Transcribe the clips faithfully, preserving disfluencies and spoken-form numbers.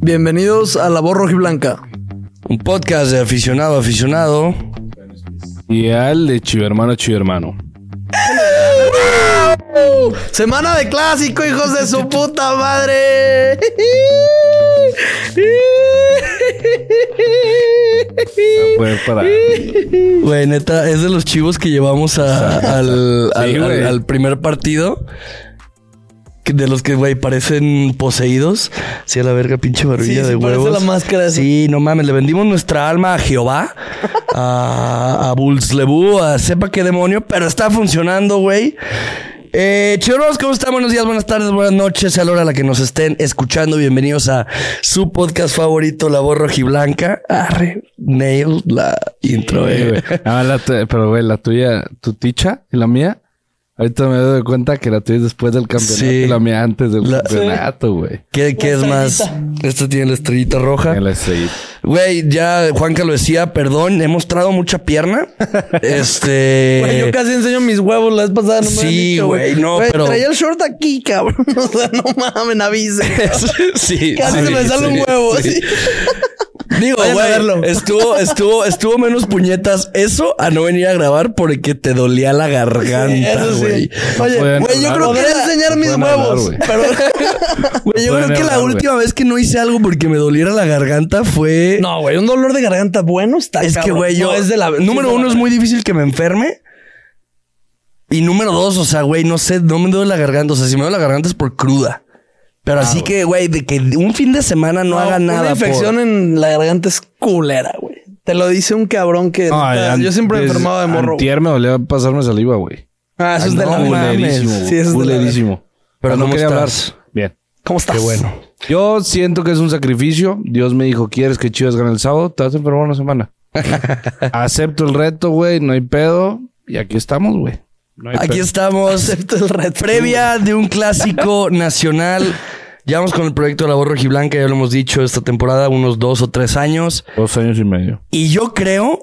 Bienvenidos a La Voz Rojiblanca, un podcast de aficionado a aficionado y al de Chivermano a Chivermano. Semana de clásico, hijos de su puta madre. No puede parar. Güey, neta, es de los chivos que llevamos a, al, al, Sí, al, al primer partido. De los que, güey, parecen poseídos. Sí, a la verga, pinche barbilla Sí, de sí, parece huevos. la máscara esa. Sí, no mames, le vendimos nuestra alma a Jehová, a, a Bulslebu, a sepa qué demonio, pero está funcionando, güey. Eh, Chivos, ¿cómo están? Buenos días, buenas tardes, buenas noches, a la hora a la que nos estén escuchando. Bienvenidos a su podcast favorito, La Voz Rojiblanca. Arre, nail la intro, eh. Ah, la tu- pero, güey, la tuya, tu ticha y la mía. Ahorita me doy cuenta que la tuya es después del campeonato Sí. y la mía antes del La- campeonato, güey. ¿Qué, qué La es más? estrellita. Esta tiene la estrellita roja. En la estrellita. Güey, ya Juanca lo decía, perdón, he mostrado mucha pierna. este. Güey, yo casi enseño mis huevos la vez pasada. No me Sí, han dicho, güey, no, pero- traía el short aquí, cabrón. O sea, no mames, avisen. sí, Casi sí, se me sale sí, un huevo, sí. así. Digo, Vayan a güey, verlo. estuvo, estuvo, estuvo menos puñetas eso a no venir a grabar porque te dolía la garganta, Eso sí. güey. Oye, pueden güey, yo hablar, creo que güey. era enseñar No mis pueden hablar, huevos. güey. Pero Güey, yo pueden creo que la hablar, güey. última vez que no hice algo porque me doliera la garganta fue... no, güey, un dolor de garganta bueno está es que, cabrón. güey, yo... No, es de la... número sí, uno, de la- es muy difícil que me enferme. Y número dos, o sea, güey, no sé, no me duele la garganta. O sea, si me duele la garganta es por cruda. Pero así que, güey, de que un fin de semana no, haga nada. Una infección por... en la garganta es culera, güey. Te lo dice un cabrón que... Ay, neta, an- yo siempre me des- enfermaba de morro. Antier me dolía pasarme saliva, güey. Ah, eso Ay, es de no la... mames. Culerísimo, Sí, eso es de la- culerísimo. Pero no ¿cómo quería hablar. estás? Bien. ¿Cómo estás? Qué bueno. Yo siento que es un sacrificio. Dios me dijo, ¿quieres que Chivas gane el sábado? Te vas a enfermar una semana. Acepto el reto, güey. No hay pedo. Y aquí estamos, güey. No hay Aquí pedo. estamos. Acepto el reto. Previa de un clásico nacional. Llevamos con el proyecto de La Voz Rojiblanca, ya lo hemos dicho esta temporada, unos dos o tres años. Dos años y medio. Y yo creo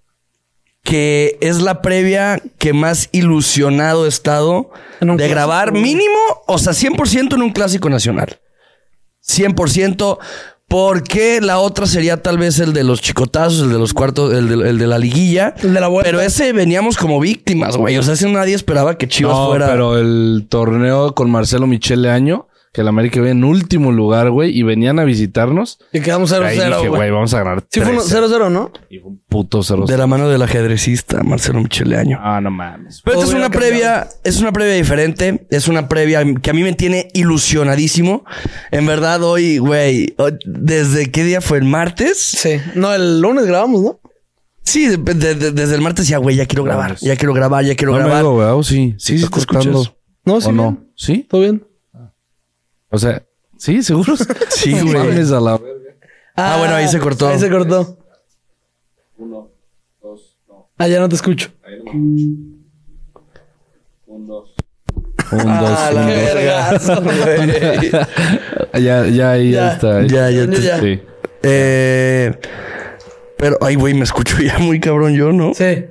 que es la previa que más ilusionado he estado En un de clásico, grabar güey. mínimo, o sea, cien por ciento en un clásico nacional. cien por ciento. Porque la otra sería tal vez el de los chicotazos, el de los cuartos, el de, el de la liguilla. El de la vuelta. Pero ese veníamos como víctimas, güey. O sea, ese nadie esperaba que Chivas No, fuera... pero el torneo con Marcelo Michele Año, que el América iba en último lugar, güey, y venían a visitarnos. Y quedamos cero Ahí cero, dije, güey. güey, vamos a ganar Sí, fue tres cero cero, ¿no? Y fue un puto cero De la mano del ajedrecista Marcelo Micheleaño. Ah, no mames. Pero esta Todo es una hubiera previa, es una previa diferente. Es una previa que a mí me tiene ilusionadísimo. En verdad, hoy, güey, hoy- ¿desde qué día fue? ¿El martes? Sí. No, el lunes grabamos, ¿no? Sí, de- de- de- desde el martes ya, güey, ya quiero grabar. Ya quiero grabar, ya quiero No me grabar. hago, güey. Sí, Sí, sí está te cortando. escuchas. No, sí. ¿O no? bien. ¿Sí? ¿Todo bien? O sea, ¿sí? ¿Seguro? Sí, No güey. mames a la verga. Ah, bueno, ahí se cortó. Ahí se cortó. Uno, dos, no. Ah, ya no te escucho. Ahí no me escucho. Un, dos. Un, Ah, dos, la un, dos. vergazo, güey. Ya, ya, ahí ya, Ya. está. Ya, ya te- Ya. Sí. Eh, pero, ay, güey, me escucho ya muy cabrón yo, ¿no? Sí.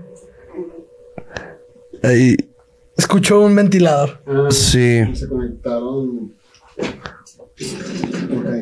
Ahí, Escuchó un ventilador. sí. Se conectaron. Ok.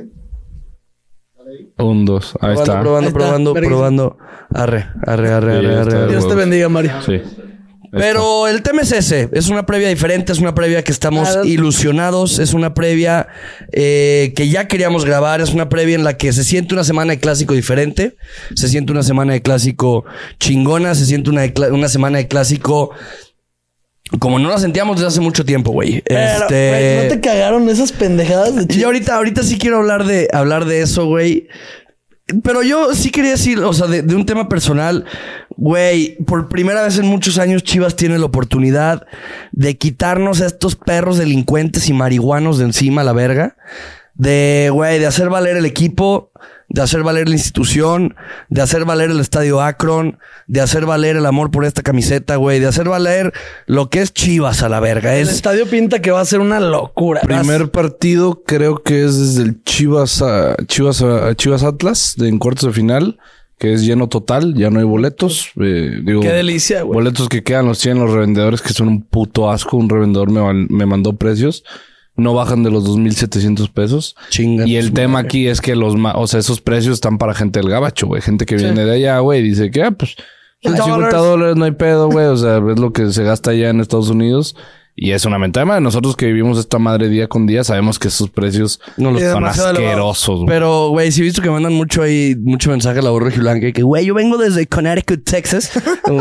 Un, dos. Ahí Probando, está. probando, Ahí está, probando, verguísima. probando. Arre, arre, arre, Sí, arre, ya arre, está. arre. Dios te huevos. bendiga, Mario. Sí. Pero el tema es ese. Es una previa diferente. Es una previa que estamos Ah, ilusionados. Es una previa eh, que ya queríamos grabar. Es una previa en la que se siente una semana de clásico diferente. Se siente una semana de clásico chingona. Se siente una, de cla- una semana de clásico como no la sentíamos desde hace mucho tiempo, güey. Pero, Este... güey, ¿no te cagaron esas pendejadas de Y Chivas? ahorita, ahorita sí quiero hablar de, hablar de eso, güey. Pero yo sí quería decir, o sea, de, de un tema personal, güey, por primera vez en muchos años Chivas tiene la oportunidad de quitarnos a estos perros delincuentes y marihuanos de encima, la verga. De, güey, de hacer valer el equipo, de hacer valer la institución, de hacer valer el estadio Akron, de hacer valer el amor por esta camiseta, güey, de hacer valer lo que es Chivas a la verga. El Es, estadio pinta que va a ser una locura. Primer partido creo que es desde el Chivas a Chivas a Chivas Atlas de en cuartos de final, que es lleno total, ya no hay boletos. Eh, digo, Qué delicia, güey. boletos que quedan los tienen los revendedores, que son un puto asco. Un revendedor me, val- me mandó precios no bajan de los dos mil setecientos pesos. Chinga Y el tu tema madre. aquí es que los, ma- o sea, esos precios están para gente del gabacho, güey. Gente que viene de allá, güey, y dice que, ah, pues, cincuenta dólares no hay pedo, güey. O sea, es lo que se gasta allá en Estados Unidos. Y es una ventaja. Nosotros que vivimos esta madre día con día, sabemos que esos precios No los Y son demasiado asquerosos, güey. Pero, güey, sí he visto que mandan mucho ahí, mucho mensaje a la voz rojiblanca que, güey, yo vengo desde Connecticut, Texas.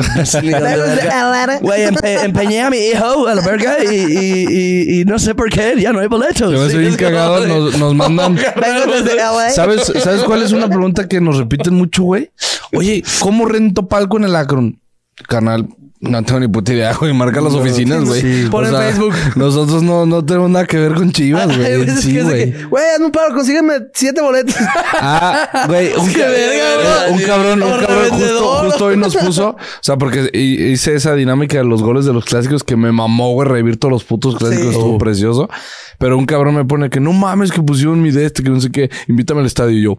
Güey, empe- empeñé a mi hijo a la verga y, y, y, y no sé por qué, ya no hay boletos. Se me hace Sí, bien es como cagado. de- Nos, nos mandan... Vengo desde L A. ¿Sabes, ¿Sabes cuál es una pregunta que nos repiten mucho, güey? Oye, ¿cómo rento palco en el Akron? Canal, no tengo ni puta idea, güey. Marca las oficinas, güey. sí. Pon en Facebook. Nosotros no, no tenemos nada que ver con Chivas, Hay güey. veces Sí, que es de güey. que, güey, hazme un paro, consígueme siete boletos. Ah, güey, un, Qué ca- verga, un güey. cabrón, un Por cabrón justo, revendedor. justo hoy nos puso, o sea, porque hi- hice esa dinámica de los goles de los clásicos que me mamó, güey, revivir todos los putos clásicos, Sí. estuvo precioso. Pero un cabrón me pone que no mames que pusieron mi de este, que no sé qué, invítame al estadio y yo.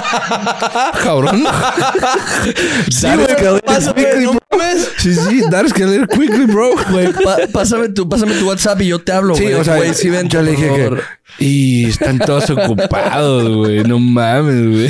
Cabrón. Sí, That güey, escalated pásame, quickly, no bro. mames. Sí, sí, that escalated quickly, bro. Güey, pa- pásame, tu, pásame tu WhatsApp y yo te hablo, Sí, güey. o sea, Güey, sí, vente, yo le dije por que... favor. Y están todos ocupados, güey. No mames, güey.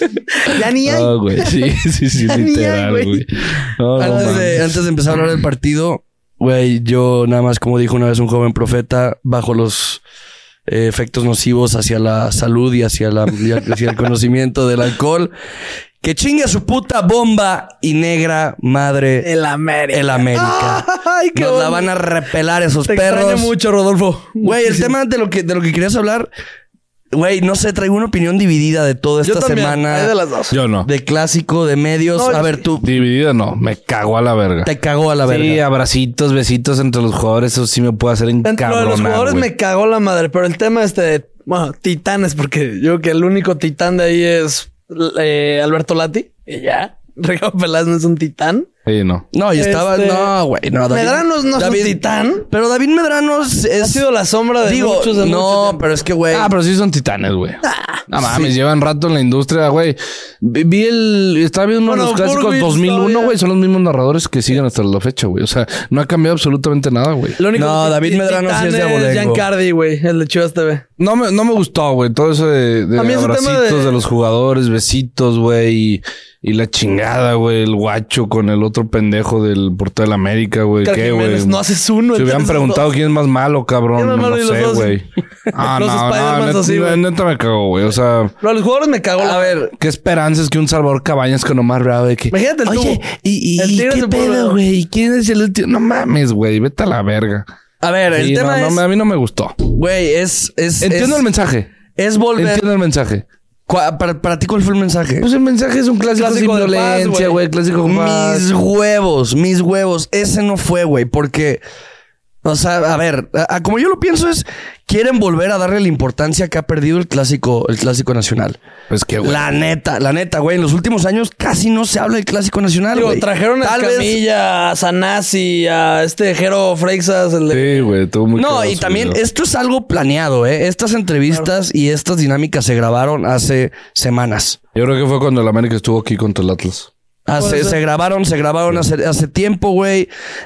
Ya ni hay. No, güey. Sí, sí, sí, Ya ni hay, literal, güey. güey. No, no Antes de, mames. antes de empezar a hablar del partido, güey, yo nada más, como dijo una vez un joven profeta, bajo los eh, efectos nocivos hacia la salud y hacia, la, y hacia el conocimiento del alcohol, que chingue a su puta bomba y negra madre El América. el América. Ay, qué Nos la bonito. van a repelar esos Te perros. extraño mucho, Rodolfo. Güey, el tema de lo que, de lo que querías hablar, güey, no sé, traigo una opinión dividida de toda Yo esta también. semana. Hay de las dos. Yo no. De clásico, de medios. No, a yo ver, sí. tú Dividida no. Me cago a la verga. te cagó a la verga. Sí, abracitos, besitos entre los jugadores. Eso sí me puede hacer Dentro de encabronar, los jugadores güey. me cagó la madre, pero el tema este de, bueno, titanes, porque yo creo que el único titán de ahí es eh, Alberto Lati. Y ya. Ricardo Peláez no es un titán. Sí, no. No, y estaba... Este, No, güey, no. David- Medrano no es David- un titán. Pero David Medrano es... Ha sido la sombra de Digo, muchos de mucho no, tiempo. pero es que, güey... Ah, pero sí son titanes, güey. No mames, llevan rato en la industria, güey. Vi vi el... Estaba viendo uno de Bueno, los clásicos Burbis dos mil uno, todavía. güey. Son los mismos narradores que siguen hasta la fecha, güey. O sea, no ha cambiado absolutamente nada, güey. Lo único No, que- David ti- Medrano sí titán es de abolengo. Giancardi, güey, el de Chivas T V. No me, no me gustó, güey. Todo eso de, de A mí ese tema abracitos de... de- los jugadores, besitos, güey. Y, y la chingada, güey. El guacho con el otro pendejo del portero de la América, güey. Oscar ¿Qué, güey? Jiménez, no haces uno. Se hubieran entonces, preguntado dos. quién es más malo, cabrón. ¿Quién es No, más malo no y los sé, dos? güey. Ah, Los no, no. Spider-Mans Neta, así, güey. neta me cago, güey. O sea... Pero a los jugadores me cagó la... A ver, Qué esperanza es que un Salvador Cabañas con nomás bravo de que... Imagínate el Oye, tubo. ¿y, y El Tigre qué se puede- pedo, güey? ¿Quién es el último? No mames, güey. Vete a la verga. a ver, el Sí, tema no, es... no, a mí no me gustó. Güey, es... es Entiendo es, el mensaje. Es volver... Entiendo el mensaje. Cua- Para, para ti, ¿cuál fue el mensaje? Pues el mensaje es un clásico, Clásico sin de paz, violencia, güey. güey. Clásico con paz. Mis huevos, mis huevos. Ese no fue, güey, porque... O sea, a ver, a- a- como yo lo pienso es... Quieren volver a darle la importancia que ha perdido el clásico, el clásico nacional. Pues qué, güey. La neta, la neta, güey. En los últimos años casi no se habla del clásico nacional, Digo, güey. trajeron a Tal vez- Escamilla, a Sanasi, a este Jero Freixas, el de... Sí, güey. Estuvo muy No, cagado y su también video. esto es algo planeado, ¿eh? Estas entrevistas y estas dinámicas se grabaron hace semanas. Yo creo que fue cuando el América estuvo aquí contra el Atlas. Hace- Puede ser. se grabaron, se grabaron hace, hace tiempo, güey.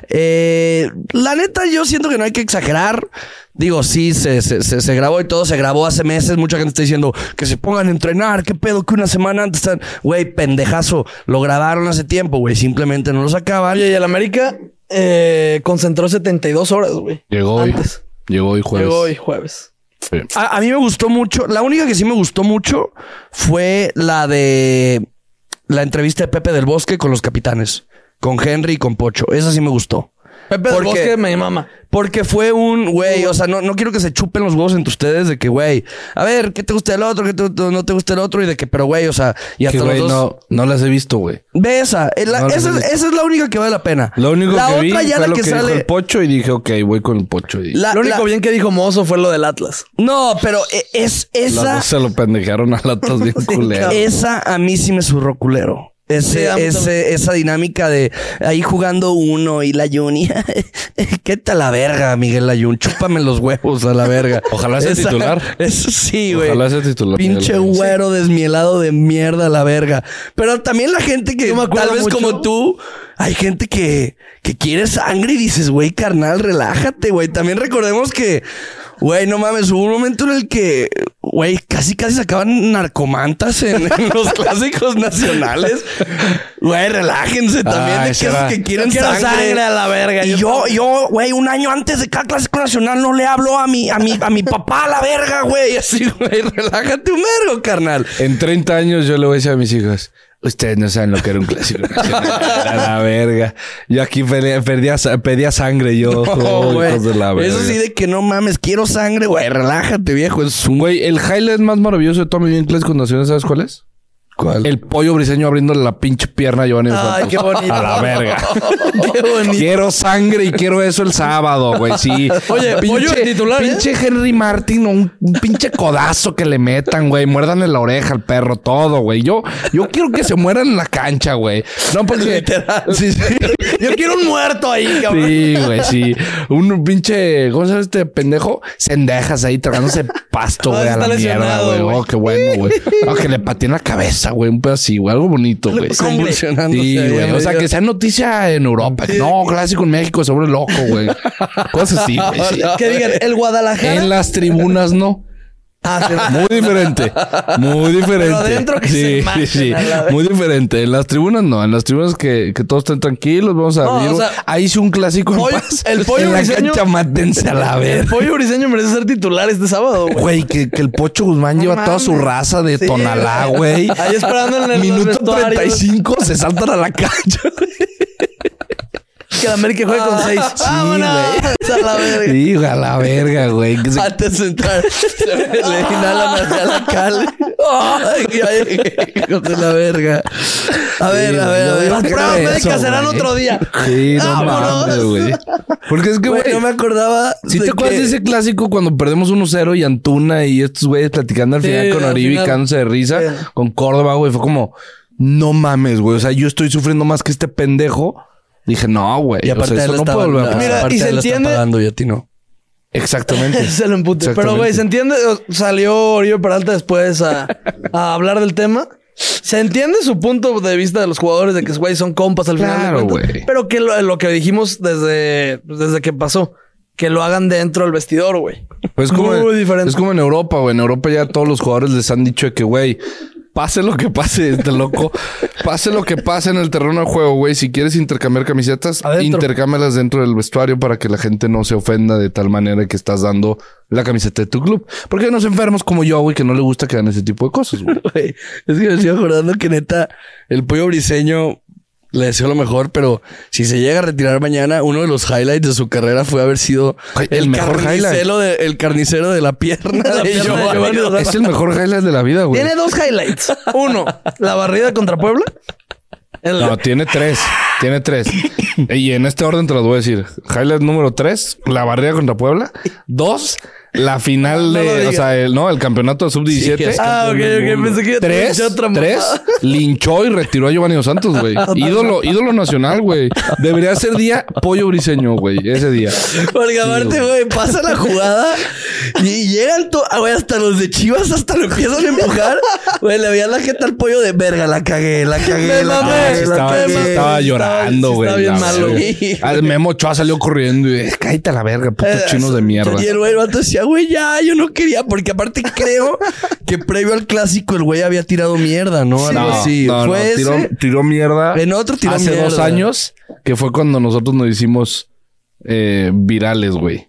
Eh, la neta, yo siento que no hay que exagerar. Digo, sí, se, se, se, se grabó y todo, se grabó hace meses. Mucha gente está diciendo que se pongan a entrenar. ¿Qué pedo que una semana antes están? Güey, pendejazo. Lo grabaron hace tiempo, güey. Simplemente no lo sacaban. Oye, y el América eh, concentró setenta y dos horas, güey. Llegó hoy. Antes. Llegó hoy jueves. Llegó hoy jueves. Sí. A, a mí me gustó mucho. La única que sí me gustó mucho fue la de la entrevista de Pepe del Bosque con los capitanes. Con Henry y con Pocho. Esa sí me gustó. Pepe del Porque- Bosque me mama. Porque fue un, güey, o sea, no, no quiero que se chupen los huevos entre ustedes de que, güey, a ver, ¿qué te gusta el otro? ¿Qué te- no te gusta el otro? Y de que, pero, güey, o sea, y hasta Que, güey, los dos... no, no las he visto, güey. Ve esa. eh, la- No las esa, he es, visto. esa es la única que vale la pena. Lo único la que otra vi ya fue la lo que, que, dijo sale... el Pocho y dije, ok, voy con el Pocho. Y la- Lo único la- bien que dijo Mozo fue lo del Atlas. No, pero eh, es las esa... dos se lo pendejaron a latas bien culero. Esa a mí sí me zurró culero. Ese, Sí, a mí ese, también. esa dinámica de ahí jugando uno y la Juni. ¿Qué tal la verga, Miguel Layún? Chúpame los huevos a la verga. Ojalá sea Esa- titular. Eso sí, güey. Ojalá sea titular, Pinche Miguel Layún. güero desmielado de mierda a la verga. Pero también la gente que Yo me acuerdo tal vez mucho. como tú, hay gente que, que quiere sangre y dices, güey, carnal, relájate, güey. También recordemos que Güey, no mames, hubo un momento en el que, güey, casi casi sacaban narcomantas en, en los clásicos nacionales. Güey, relájense también Ay, de que esos será. que quieren Quiero sangre. sangre a la verga. Y yo, yo, güey, un año antes de cada clásico nacional no le hablo a mi, a mi, a mi papá a la verga, güey. Así, güey, relájate un vergo, carnal. En treinta años yo le voy a decir a mis hijas, ustedes no saben lo que era un clásico nacional. A la verga. Yo aquí pedía, pedía, pedía sangre yo. No, güey. Hijos de la verga. Eso sí de que no mames, quiero sangre, güey. Relájate, viejo. Es un... Güey, el highlight más maravilloso de toda mi vida en clásicos nacionales, ¿sabes cuál es? ¿Cuál? El pollo briseño abriéndole la pinche pierna a Giovanni Dos Ay, Santos. qué bonito. A la verga. Qué bonito. Quiero sangre y quiero eso el sábado, güey. Sí. Oye, pollo de titular, ¿eh? Pinche Henry Martin, un, un pinche codazo que le metan, güey. Muérdanle la oreja al perro, todo, güey. Yo, yo quiero que se mueran en la cancha, güey. No, porque... Literal. Sí, sí. Yo quiero un muerto ahí, cabrón. Sí, güey, sí. Un pinche... ¿Cómo se llama este pendejo? Cendejas ahí tragándose pasto, Ah, güey, a está la mierda, lesionado, güey. güey. Oh, qué bueno, güey. Oh, que le pateen la cabeza, güey. Un pedo así, güey. Algo bonito, güey. Convulsionándose Sí, ahí, güey. O sea, medio. que sea noticia en Europa. No, clásico en México, sobre loco, güey. Cosas así, güey. Sí. Que digan, el Guadalajara. En las tribunas, no. Ah, sí. Muy diferente. Muy diferente. Pero adentro que se sí, maten sí, sí. a la vez. Muy diferente. En las tribunas no. En las tribunas que, que todos estén tranquilos. Vamos a No, abrir. o sea, pollo- paz. el pollo en la briseño- cancha mátense a la El verga. pollo briseño merece ser titular este sábado, güey. Güey, que, que el Pocho Guzmán No lleva toda su mames. raza de Sí, Tonalá, güey. Ahí esperando en el Minuto vestuarios. treinta y cinco se saltan a la cancha, güey. Que la América juegue con seis. Sí, ¡Vámonos! A la verga. Sí, a la verga, güey. Que se- Antes de entrar, se le inhalan hacia la cal. Ay, ay, hijos de la verga. A ver, a ver, a ver. Las ¿Qué pruebas era médicas eso, serán güey? otro día. Sí, no Vámonos. mames, güey. Porque es que, Güey, güey, no me acordaba. ¿sí de te acuerdas que- de ese clásico cuando perdemos uno cero y Antuna y estos güeyes platicando al Sí, final con al Oribe y final. cagándose de risa Sí. con Córdoba, güey? Fue como, no mames, güey. O sea, yo estoy sufriendo más que este pendejo. Dije, no, güey. Y aparte o sea, él eso no estaba, puede volver a pasar. Mira, aparte y se él está entiende- pagando y a ti no. Exactamente. Se lo empute. Pero, Exactamente. güey, ¿se entiende? O- Salió Oribe Peralta después a, a hablar del tema. Se entiende su punto de vista de los jugadores de que, güey, son compas al final Claro, de cuentas. güey. Pero que lo, lo que dijimos desde, pues, desde que pasó. Que lo hagan dentro del vestidor, güey. Pues como, Muy diferente. Es como en Europa, güey. En Europa ya todos los jugadores les han dicho de que, güey, pase lo que pase, este loco. Pase lo que pase en el terreno de juego, güey. Si quieres intercambiar camisetas, Adentro. intercámbialas dentro del vestuario para que la gente no se ofenda de tal manera que estás dando la camiseta de tu club. Porque hay unos enfermos como yo, güey, que no le gusta que hagan ese tipo de cosas, güey. Güey, es que me estoy acordando que neta, el pollo briseño le deseo lo mejor, pero si se llega a retirar mañana, uno de los highlights de su carrera fue haber sido Ay, el mejor carnicero de, el carnicero de la pierna La de pierna de Giovanni Giovanni Dos Dos Es el mejor highlight de la vida, güey. Tiene dos highlights. Uno, la barrida contra Puebla. El- No, tiene tres. Tiene tres. Y en este orden te los voy a decir. Highlight número tres, la barrida contra Puebla. Dos, la final No lo de... digas. o sea, el, no, el campeonato de sub diecisiete. es Ah, ok, ok. Pensé que ya te Tres, había otra mamada. tres, linchó y retiró a Giovanni Dos Santos, güey. Ídolo, ídolo nacional, güey. Debería ser día pollo briseño, güey. Ese día. Porque aparte, güey, pasa la jugada y llegan, to- ah, güey, hasta los de Chivas hasta lo empiezan a empujar. Güey, le veían la jeta al pollo de verga, la cagué, la cagué, Me la mamé. cagué, Sí la estaba, cagué. sí estaba Estaba- llorando, sí güey. estaba bien la malo, verga. güey. Ah, Memo Ochoa salió corriendo y eh, cállate a la verga, putos chinos de mierda. Y el güey el vato decía, güey, ya, yo no quería, porque aparte creo que previo al clásico el güey había tirado mierda, ¿no? Algo No, así. no, no, Fue ese. tiró, tiró mierda. En otro tiró hace mierda. dos años, que fue cuando nosotros nos hicimos eh, virales, güey.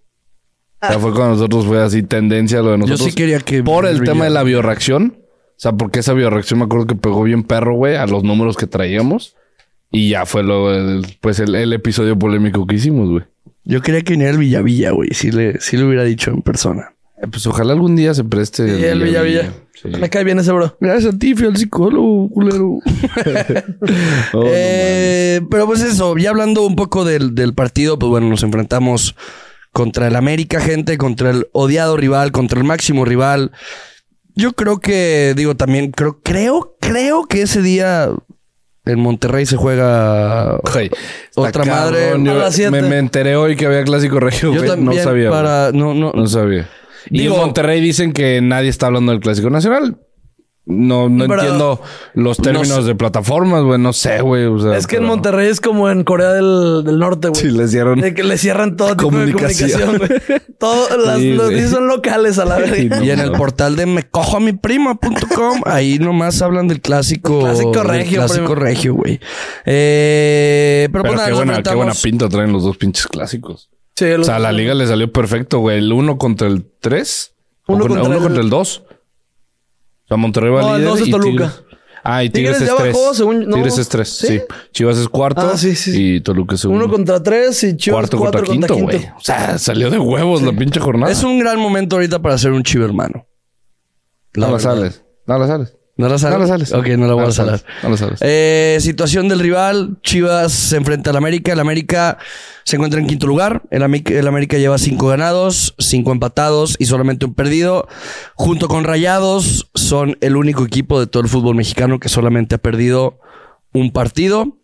O sea, fue cuando nosotros fue así tendencia lo de nosotros. sí quería que Por el brillara. tema de la bioreacción. O sea, porque esa bioreacción me acuerdo que pegó bien perro, güey, a los números que traíamos. Y ya fue lo, el- pues el, el episodio polémico que hicimos, güey. Yo quería que viniera el Villavilla, güey. Si le, si le hubiera dicho en persona. Eh, Pues ojalá algún día se preste. Sí, el Villavilla. Sí. Me cae bien ese bro. Gracias a ti, fui al psicólogo, culero. Oh, no Eh, pero pues eso, ya hablando un poco del, del partido, pues bueno, nos enfrentamos contra el América, gente, contra el odiado rival, contra el máximo rival. Yo creo que, digo, también creo, creo, creo que ese día en Monterrey se juega Güey, otra está madre. cabrón. Yo A las siete. me, me enteré hoy que había clásico regio, Yo güey. también No sabía. para, no, no, güey. No sabía. Y Digo- en Monterrey dicen que nadie está hablando del clásico nacional. No, no Pero- entiendo los términos no sé. de plataformas, güey. No sé, güey. O sea, Es que en pero- Monterrey es como en Corea del, del Norte, güey. Sí, les dieron De que le cierran todo tipo de comunicación. comunicación, güey. Todas las Sí, güey. noticias son locales a la vez. Sí, no. Y en el portal de me cojo a mi prima punto com, ahí nomás hablan del clásico. Clásico del regio, clásico primo. regio, güey. Eh, pero, Pero pues nada, qué nos buena, qué enfrentamos- buena pinta traen los dos pinches clásicos. Sí, O los- sea, a la liga le salió perfecto, güey. El uno contra el tres. Uno Uno, contra uno el- contra el dos. O sea, Monterrey va No, el líder dos es y Toluca. Tigres- Ah, y Tigres, Tigres es ya tres. bajó, según- no. Tigres es tres, ¿Sí? ¿Sí? Chivas es cuarto. Ah, sí, sí. Y Toluca es segundo. Uno contra tres y Chivas cuarto cuatro contra contra quinto, quinto. güey. O sea, salió de huevos la pinche jornada. Es un gran momento ahorita para hacer un chivo hermano. No la verdad. sales. No la sales. ¿No la sales? No la sales. Ok, no la voy No a la salar. sales. No la sales. Eh, situación del rival. Chivas se enfrenta al América. El América se encuentra en quinto lugar. El, Ami- el América lleva cinco ganados, cinco empatados y solamente un perdido. Junto con Rayados, son el único equipo de todo el fútbol mexicano que solamente ha perdido un partido.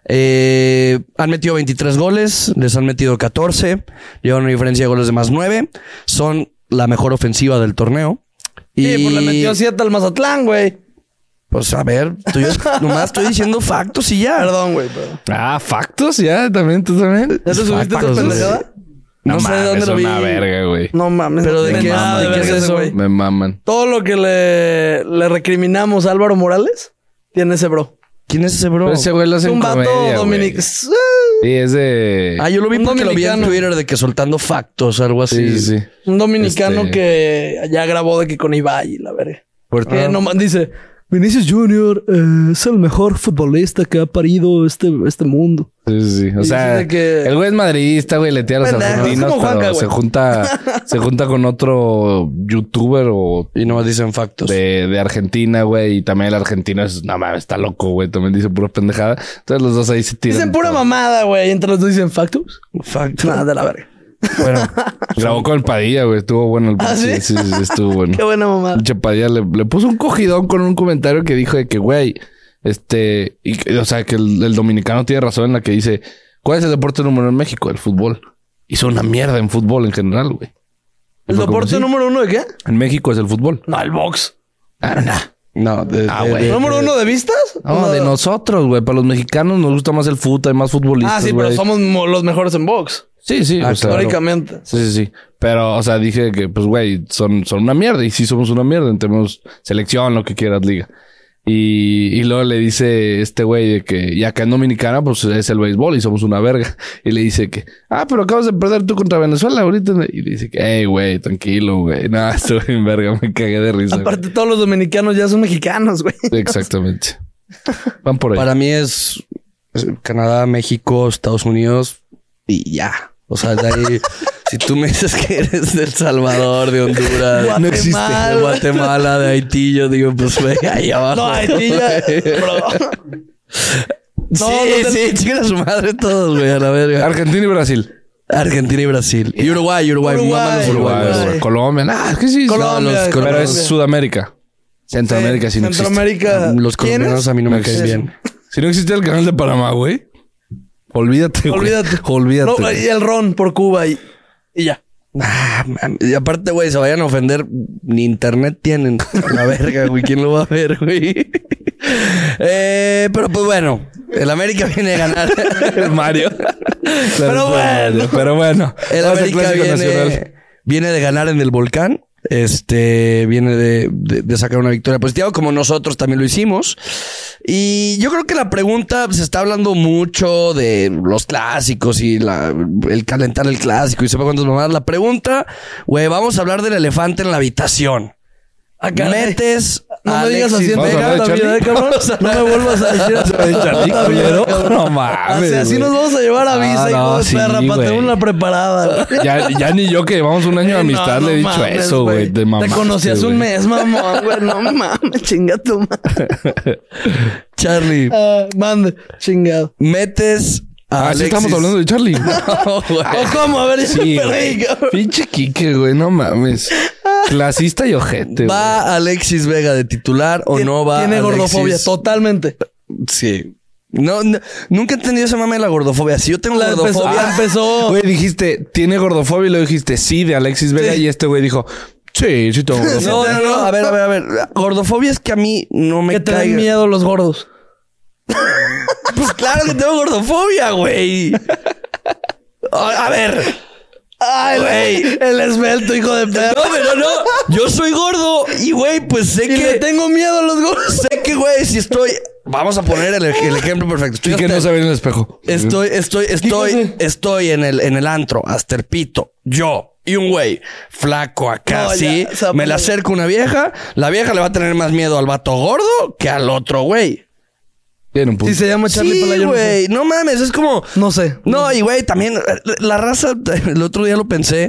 Eh, han metido veintitrés goles, les han metido catorce. Llevan una diferencia de goles de más nueve. Son la mejor ofensiva del torneo. Sí, pues le metió siete al Mazatlán, güey. Pues a ver, tú- yo nomás estoy diciendo factos y ya. Perdón, güey. Perdón. Ah, factos ya, también, tú también. ¿Ya te subiste esa Factos, pendejada? No, No, sé de mames, dónde lo vi. una verga, güey. No mames. ¿Pero de me qué- mama de qué verga es ese eso? güey. Me maman. Todo lo que le, le recriminamos a Álvaro Morales tiene ese bro. ¿Quién es ese bro? Pero ese güey lo Es hace en un vato comedia, dominic... güey. Sí, es de... Ah, yo lo vi un porque lo vi en dominicano. Twitter de que soltando factos, algo así. Sí, sí, sí. Un dominicano Este- que ya grabó de que con Ibai y la verga. Fuerte. Que nomás dice... Vinicius Junior eh, es el mejor futbolista que ha parido este, este mundo. Sí, sí, sí. O Y sea, dice que- el güey es madridista, güey, le tira a los Pendejo, es argentinos, como pero Juanca, se güey. junta, se junta con otro youtuber o Y nomás dicen factos. de, de Argentina, güey, y también el argentino es, no mames, está loco, güey, también dice pura pendejada. Entonces los dos ahí se tiran. Dicen pura todo. mamada, güey. Entre los dos dicen factus. Factos. Nada de la verga. Bueno, Grabó con el Padilla, güey, estuvo bueno. El... ¿Ah, sí? Sí, sí, sí, estuvo bueno. Qué buena mamada. Pinche Padilla le, le puso un cogidón con un comentario que dijo de que, güey, este, y, que- o sea, que el, el dominicano tiene razón en la que dice, ¿cuál es el deporte número uno en México? El fútbol. Hizo una mierda en fútbol en general, güey. ¿El Fue como, deporte sí. número uno de qué? En México es el fútbol. No, el box. Ah, nah. no. De, Ah, de- güey. de- ¿Número uno de vistas? No, de nosotros, güey. Para los mexicanos nos gusta más el fútbol, hay más futbolistas, Ah, sí, güey. pero somos mo- los mejores en box. Sí, sí. Ah, o sea, Históricamente. Sí, sí, sí. Pero, o sea, dije que, pues, güey, son, son una mierda. Y sí somos una mierda. Tenemos selección, lo que quieras, liga. Y, y luego le dice este güey de que, y acá en Dominicana, pues, es el béisbol y somos una verga. Y le dice que, ah, pero acabas de perder tú contra Venezuela ahorita. Y le dice que, hey, güey, tranquilo, güey. No, estoy en verga. Me cagué de risa. güey. Aparte, todos los dominicanos ya son mexicanos, güey. Sí, exactamente. Van por ahí. Para mí es es Canadá, México, Estados Unidos y ya. O sea, de ahí, si tú me dices que eres de El Salvador, de Honduras, No existe. de Guatemala, de Haití, yo digo, pues ve ahí abajo. No, Haití ya... Bro. Sí, No, no te- sí, chingan a su madre todos, güey, a la verga. Argentina y Brasil. Argentina y Brasil. Y Uruguay, Uruguay, Uruguay, mámanos Uruguay. Uruguay, Uruguay. güey. Colombia. Nah, es que sí. sí. Colombia, No, los- Pero Colombia. es Sudamérica. Centroamérica sí no existe. Centroamérica. Los colombianos a mí no me No caen existe. bien. Si no existe el canal de Panamá, güey. Olvídate, güey. Olvídate. Olvídate. No, y el ron por Cuba y, y ya. Ah, man. Y aparte, güey, se vayan a ofender. Ni internet tienen. A la verga, güey. ¿Quién lo va a ver, güey? Eh, pero pues bueno, el América viene a ganar. El Mario. Pero bueno. Pero bueno. El Vamos al América Clásico viene, Nacional. viene de ganar en el Volcán. Este viene de, de- de sacar una victoria positiva, como nosotros también lo hicimos. Y yo creo que la pregunta, se está hablando mucho de los clásicos y la, el calentar el clásico y sepa cuántas mamadas. La pregunta, güey, vamos a hablar del elefante en la habitación. Ah, caray. Metes No a me digas Alexis así en ¿Vamos a Vega, hablar de la vida, Charlie? cabrón. No me vuelvas a decir así. de Charlie, La vida, culero. cabrón. No mames, Así, así güey. nos vamos a llevar a visa, Ah, hijo no, de sí, perra, para tener güey. una preparada, güey. Ya, ya ni yo que llevamos un año de Eh, amistad no, le he no dicho mames, eso, güey. De mamá. Te conocías un mes, mamón, güey. No mames, chinga tu madre. Charlie, Ah, mande, chingado. metes a Ah, sí Alexis. estamos hablando de Charlie. No, güey. ¿O cómo? A ver, ya Sí, me perdí, güey. cabrón. Pinche Quique, güey. No mames. Clasista y ojete, güey. ¿Va Alexis Vega de titular o Tien- no va Tiene Alexis? gordofobia, totalmente. Sí. No, no, nunca he entendido ese mame de la gordofobia. Si yo tengo La empezó, gordofobia, la empezó. Güey, dijiste, ¿tiene gordofobia? Y lo dijiste, sí, de Alexis Vega. Sí. Y este güey dijo, Sí, sí tengo gordofobia. No, no, no. A ver, a ver, a ver. Gordofobia es que a mí no me Que te caiga. den miedo los gordos. Pues claro que tengo gordofobia, güey. A, a ver. Ay, güey. El esbelto, hijo de perro. No, pero no. Yo soy gordo y, güey, pues sé Y que... le tengo miedo a los gordos. Sé que, güey, si estoy... Vamos a poner el, el ejemplo perfecto. Estoy Y que hasta- no se ve en el espejo. Estoy, estoy, estoy, cosa? estoy en el, en el antro, hasta el pito. Yo y un güey flaco acá, No, ya, sí. se va a Me le poner- acerco una vieja. La vieja le va a tener más miedo al vato gordo que al otro güey. Tiene un punto. Si se llama Charlie Sí, Palayo, no sé. güey. No mames, es como... No sé. No, y güey, también la raza, el otro día lo pensé,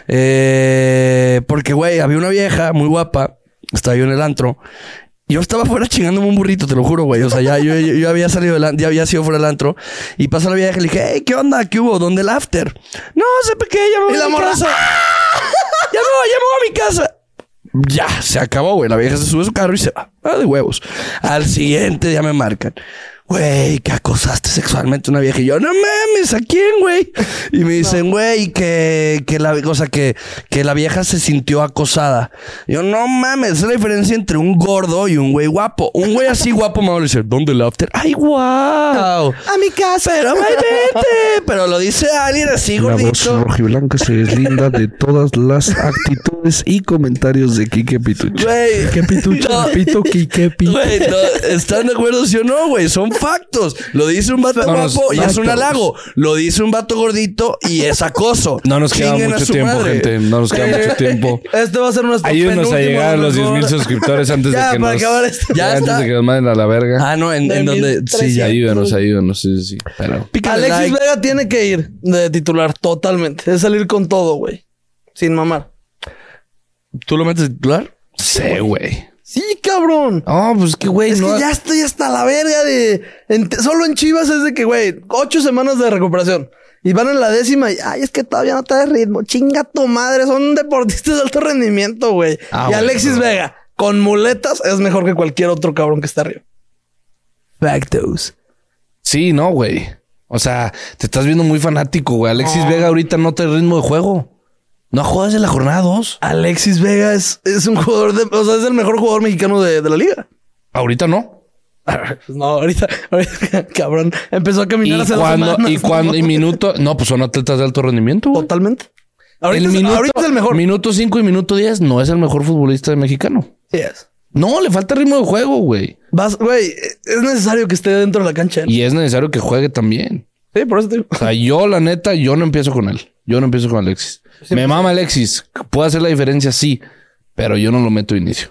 eh, porque güey, había una vieja muy guapa, estaba yo en el antro, yo estaba afuera chingándome un burrito, te lo juro, güey, o sea, ya yo, yo, yo había salido, del, ya había sido fuera del antro, y pasó la vieja y le dije, hey, ¿qué onda? ¿Qué hubo? ¿Dónde el after? No, sé por qué, ya me voy ¿Y a la mi morra? casa. Ya me voy, ya me voy a mi casa. Ya, se acabó, güey. La vieja se sube a su carro y se va. Ah, de huevos. Al siguiente día me marcan. Güey, que acosaste sexualmente a una vieja. Y yo, no mames, ¿a quién, güey? Y me dicen, güey, que, que la, o sea, que, que la vieja se sintió acosada. Y yo, no mames, esa es la diferencia entre un gordo y un güey guapo. Un güey así guapo me va a decir, ¿dónde el after? ¡Ay, guau! A mi casa. Pero, güey, vete. Pero lo dice alguien así, La voz gordito. rojiblanca se deslinda de todas las actitudes y comentarios de Quique Pitucho. Güey. Qué pitucho, No. pito, qué pito. Güey, no, ¿están de acuerdo sí o no, güey? Son factos. Lo dice un vato No nos- guapo y es un factos. halago. Lo dice un vato gordito y es acoso. No nos queda Chinguen a mucho su tiempo, madre. gente. No nos queda mucho tiempo. Este va a ser nuestro Ayúdenos a penúltimo, llegar a los diez mejor. mil suscriptores antes Ya, de que para nos... acabar esto. Ya antes está. de que nos manden a la verga. Ah, no, en, De en donde... Sí, ya. Ayúdanos, ayúdanos. Sí, sí, sí. Pero... Pícale Alexis like. Vega tiene que ir de titular totalmente. Es salir con todo, güey. Sin mamar. ¿Tú lo metes de titular? Sí, güey. Sí, cabrón. No, pues que, güey, Es no... que ya estoy hasta la verga de... en- solo en Chivas es de que, güey, ocho semanas de recuperación. Y van en la décima y, ay, es que todavía no está de ritmo. Chinga tu madre, son deportistas de alto rendimiento, güey. Ah, y bueno, Alexis pero- Vega, con muletas, es mejor que cualquier otro cabrón que está arriba. Factos. Sí, no, güey. O sea, te estás viendo muy fanático, güey. Alexis Vega ahorita no trae ritmo de juego. No juegas en la jornada dos. Alexis Vega es, es un jugador de... O sea, es el mejor jugador mexicano de, de la liga. Ahorita no. Pues no, ahorita, ahorita, cabrón, empezó a caminar Y hace dos cuando, semanas, y cuando, y minuto... No, pues son atletas de alto rendimiento, güey. Totalmente. Ahorita, El es, minuto, ahorita es el mejor. Minuto cinco y minuto diez no es el mejor futbolista mexicano. Sí es. No, le falta ritmo de juego, güey. Vas, güey, es necesario que esté dentro de la cancha. Y es necesario que juegue también. Sí, por eso te digo. O sea, yo, la neta, yo no empiezo con él. Yo no empiezo con Alexis. Me mama Alexis. Puede hacer la diferencia, sí. Pero yo no lo meto de inicio.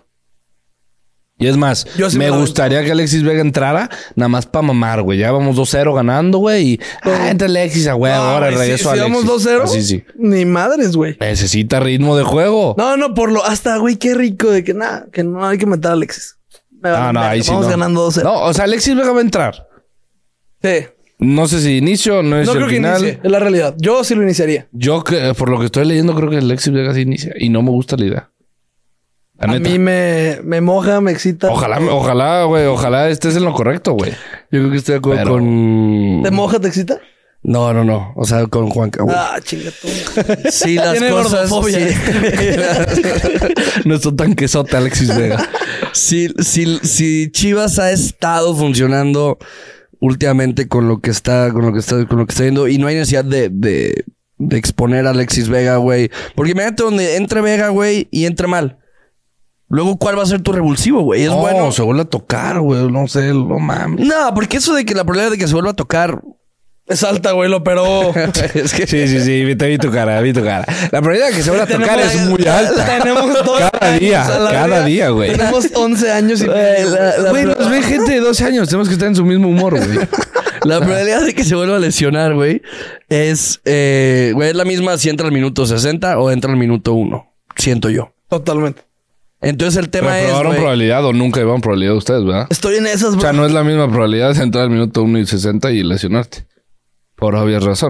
Y es más, Yo sí me me lo gustaría que Alexis Vega entrara nada más para mamar, güey. Ya vamos dos cero ganando, güey. Y ah, entra Alexis, a güey. No, ahora güey, regreso si, a si Alexis. vamos dos cero, Así sí. ni madres, güey. Necesita ritmo de juego. No, no, por lo... Hasta, güey, qué rico de que nada, que no hay que meter a Alexis. Me No, vale no, verga, ahí sí Vamos no. ganando dos cero. No, o sea, Alexis Vega va a entrar. Sí. No sé si inicio, no es No el creo que final. inicie. Es la realidad. Yo sí lo iniciaría. Yo, que, por lo que estoy leyendo, creo que Alexis Vega sí inicia. Y no me gusta la idea. La A neta. mí me, me moja, me excita. Ojalá, ojalá, güey. Ojalá estés en lo correcto, güey. Yo creo que estoy de acuerdo Pero- con... ¿Te moja, te excita? No, no, no. O sea, con Juanca. güey. Ah, chinga tú. Sí, las Tiene cosas... gordofobia. Sí. Nuestro tanquesote Alexis Vega. si, si, si Chivas ha estado funcionando últimamente con lo que está, con lo que está, con lo que está yendo, y no hay necesidad de, de, de exponer a Alexis Vega, güey. Porque imagínate donde entre Vega, güey, y entre mal. Luego, ¿cuál va a ser tu revulsivo, güey? Es No, bueno. se vuelve a tocar, güey. No sé, no mames. No, porque eso de que la probabilidad de que se vuelva a tocar. Es alta, güey, lo operó. Es que Sí, sí, sí. Te vi tu cara, vi tu cara. La probabilidad de que se vuelva a tocar Tenemos- es muy alta. Tenemos dos Cada años día, a la cada verga. día, güey. Tenemos once años y... Güey, la- la- Güey, nos ve gente de doce años. Tenemos que estar en su mismo humor, güey. La probabilidad de que se vuelva a lesionar, güey, es, eh, güey, es la misma si entra al minuto sesenta o entra al minuto uno. Siento yo. Totalmente. Entonces el tema es, ¿Reprobaron güey, probabilidad o nunca llevaron probabilidad ustedes, verdad? Estoy en esas, O bro. sea, no es la misma probabilidad de entrar al minuto uno y sesenta y lesionarte. Por obvias razones.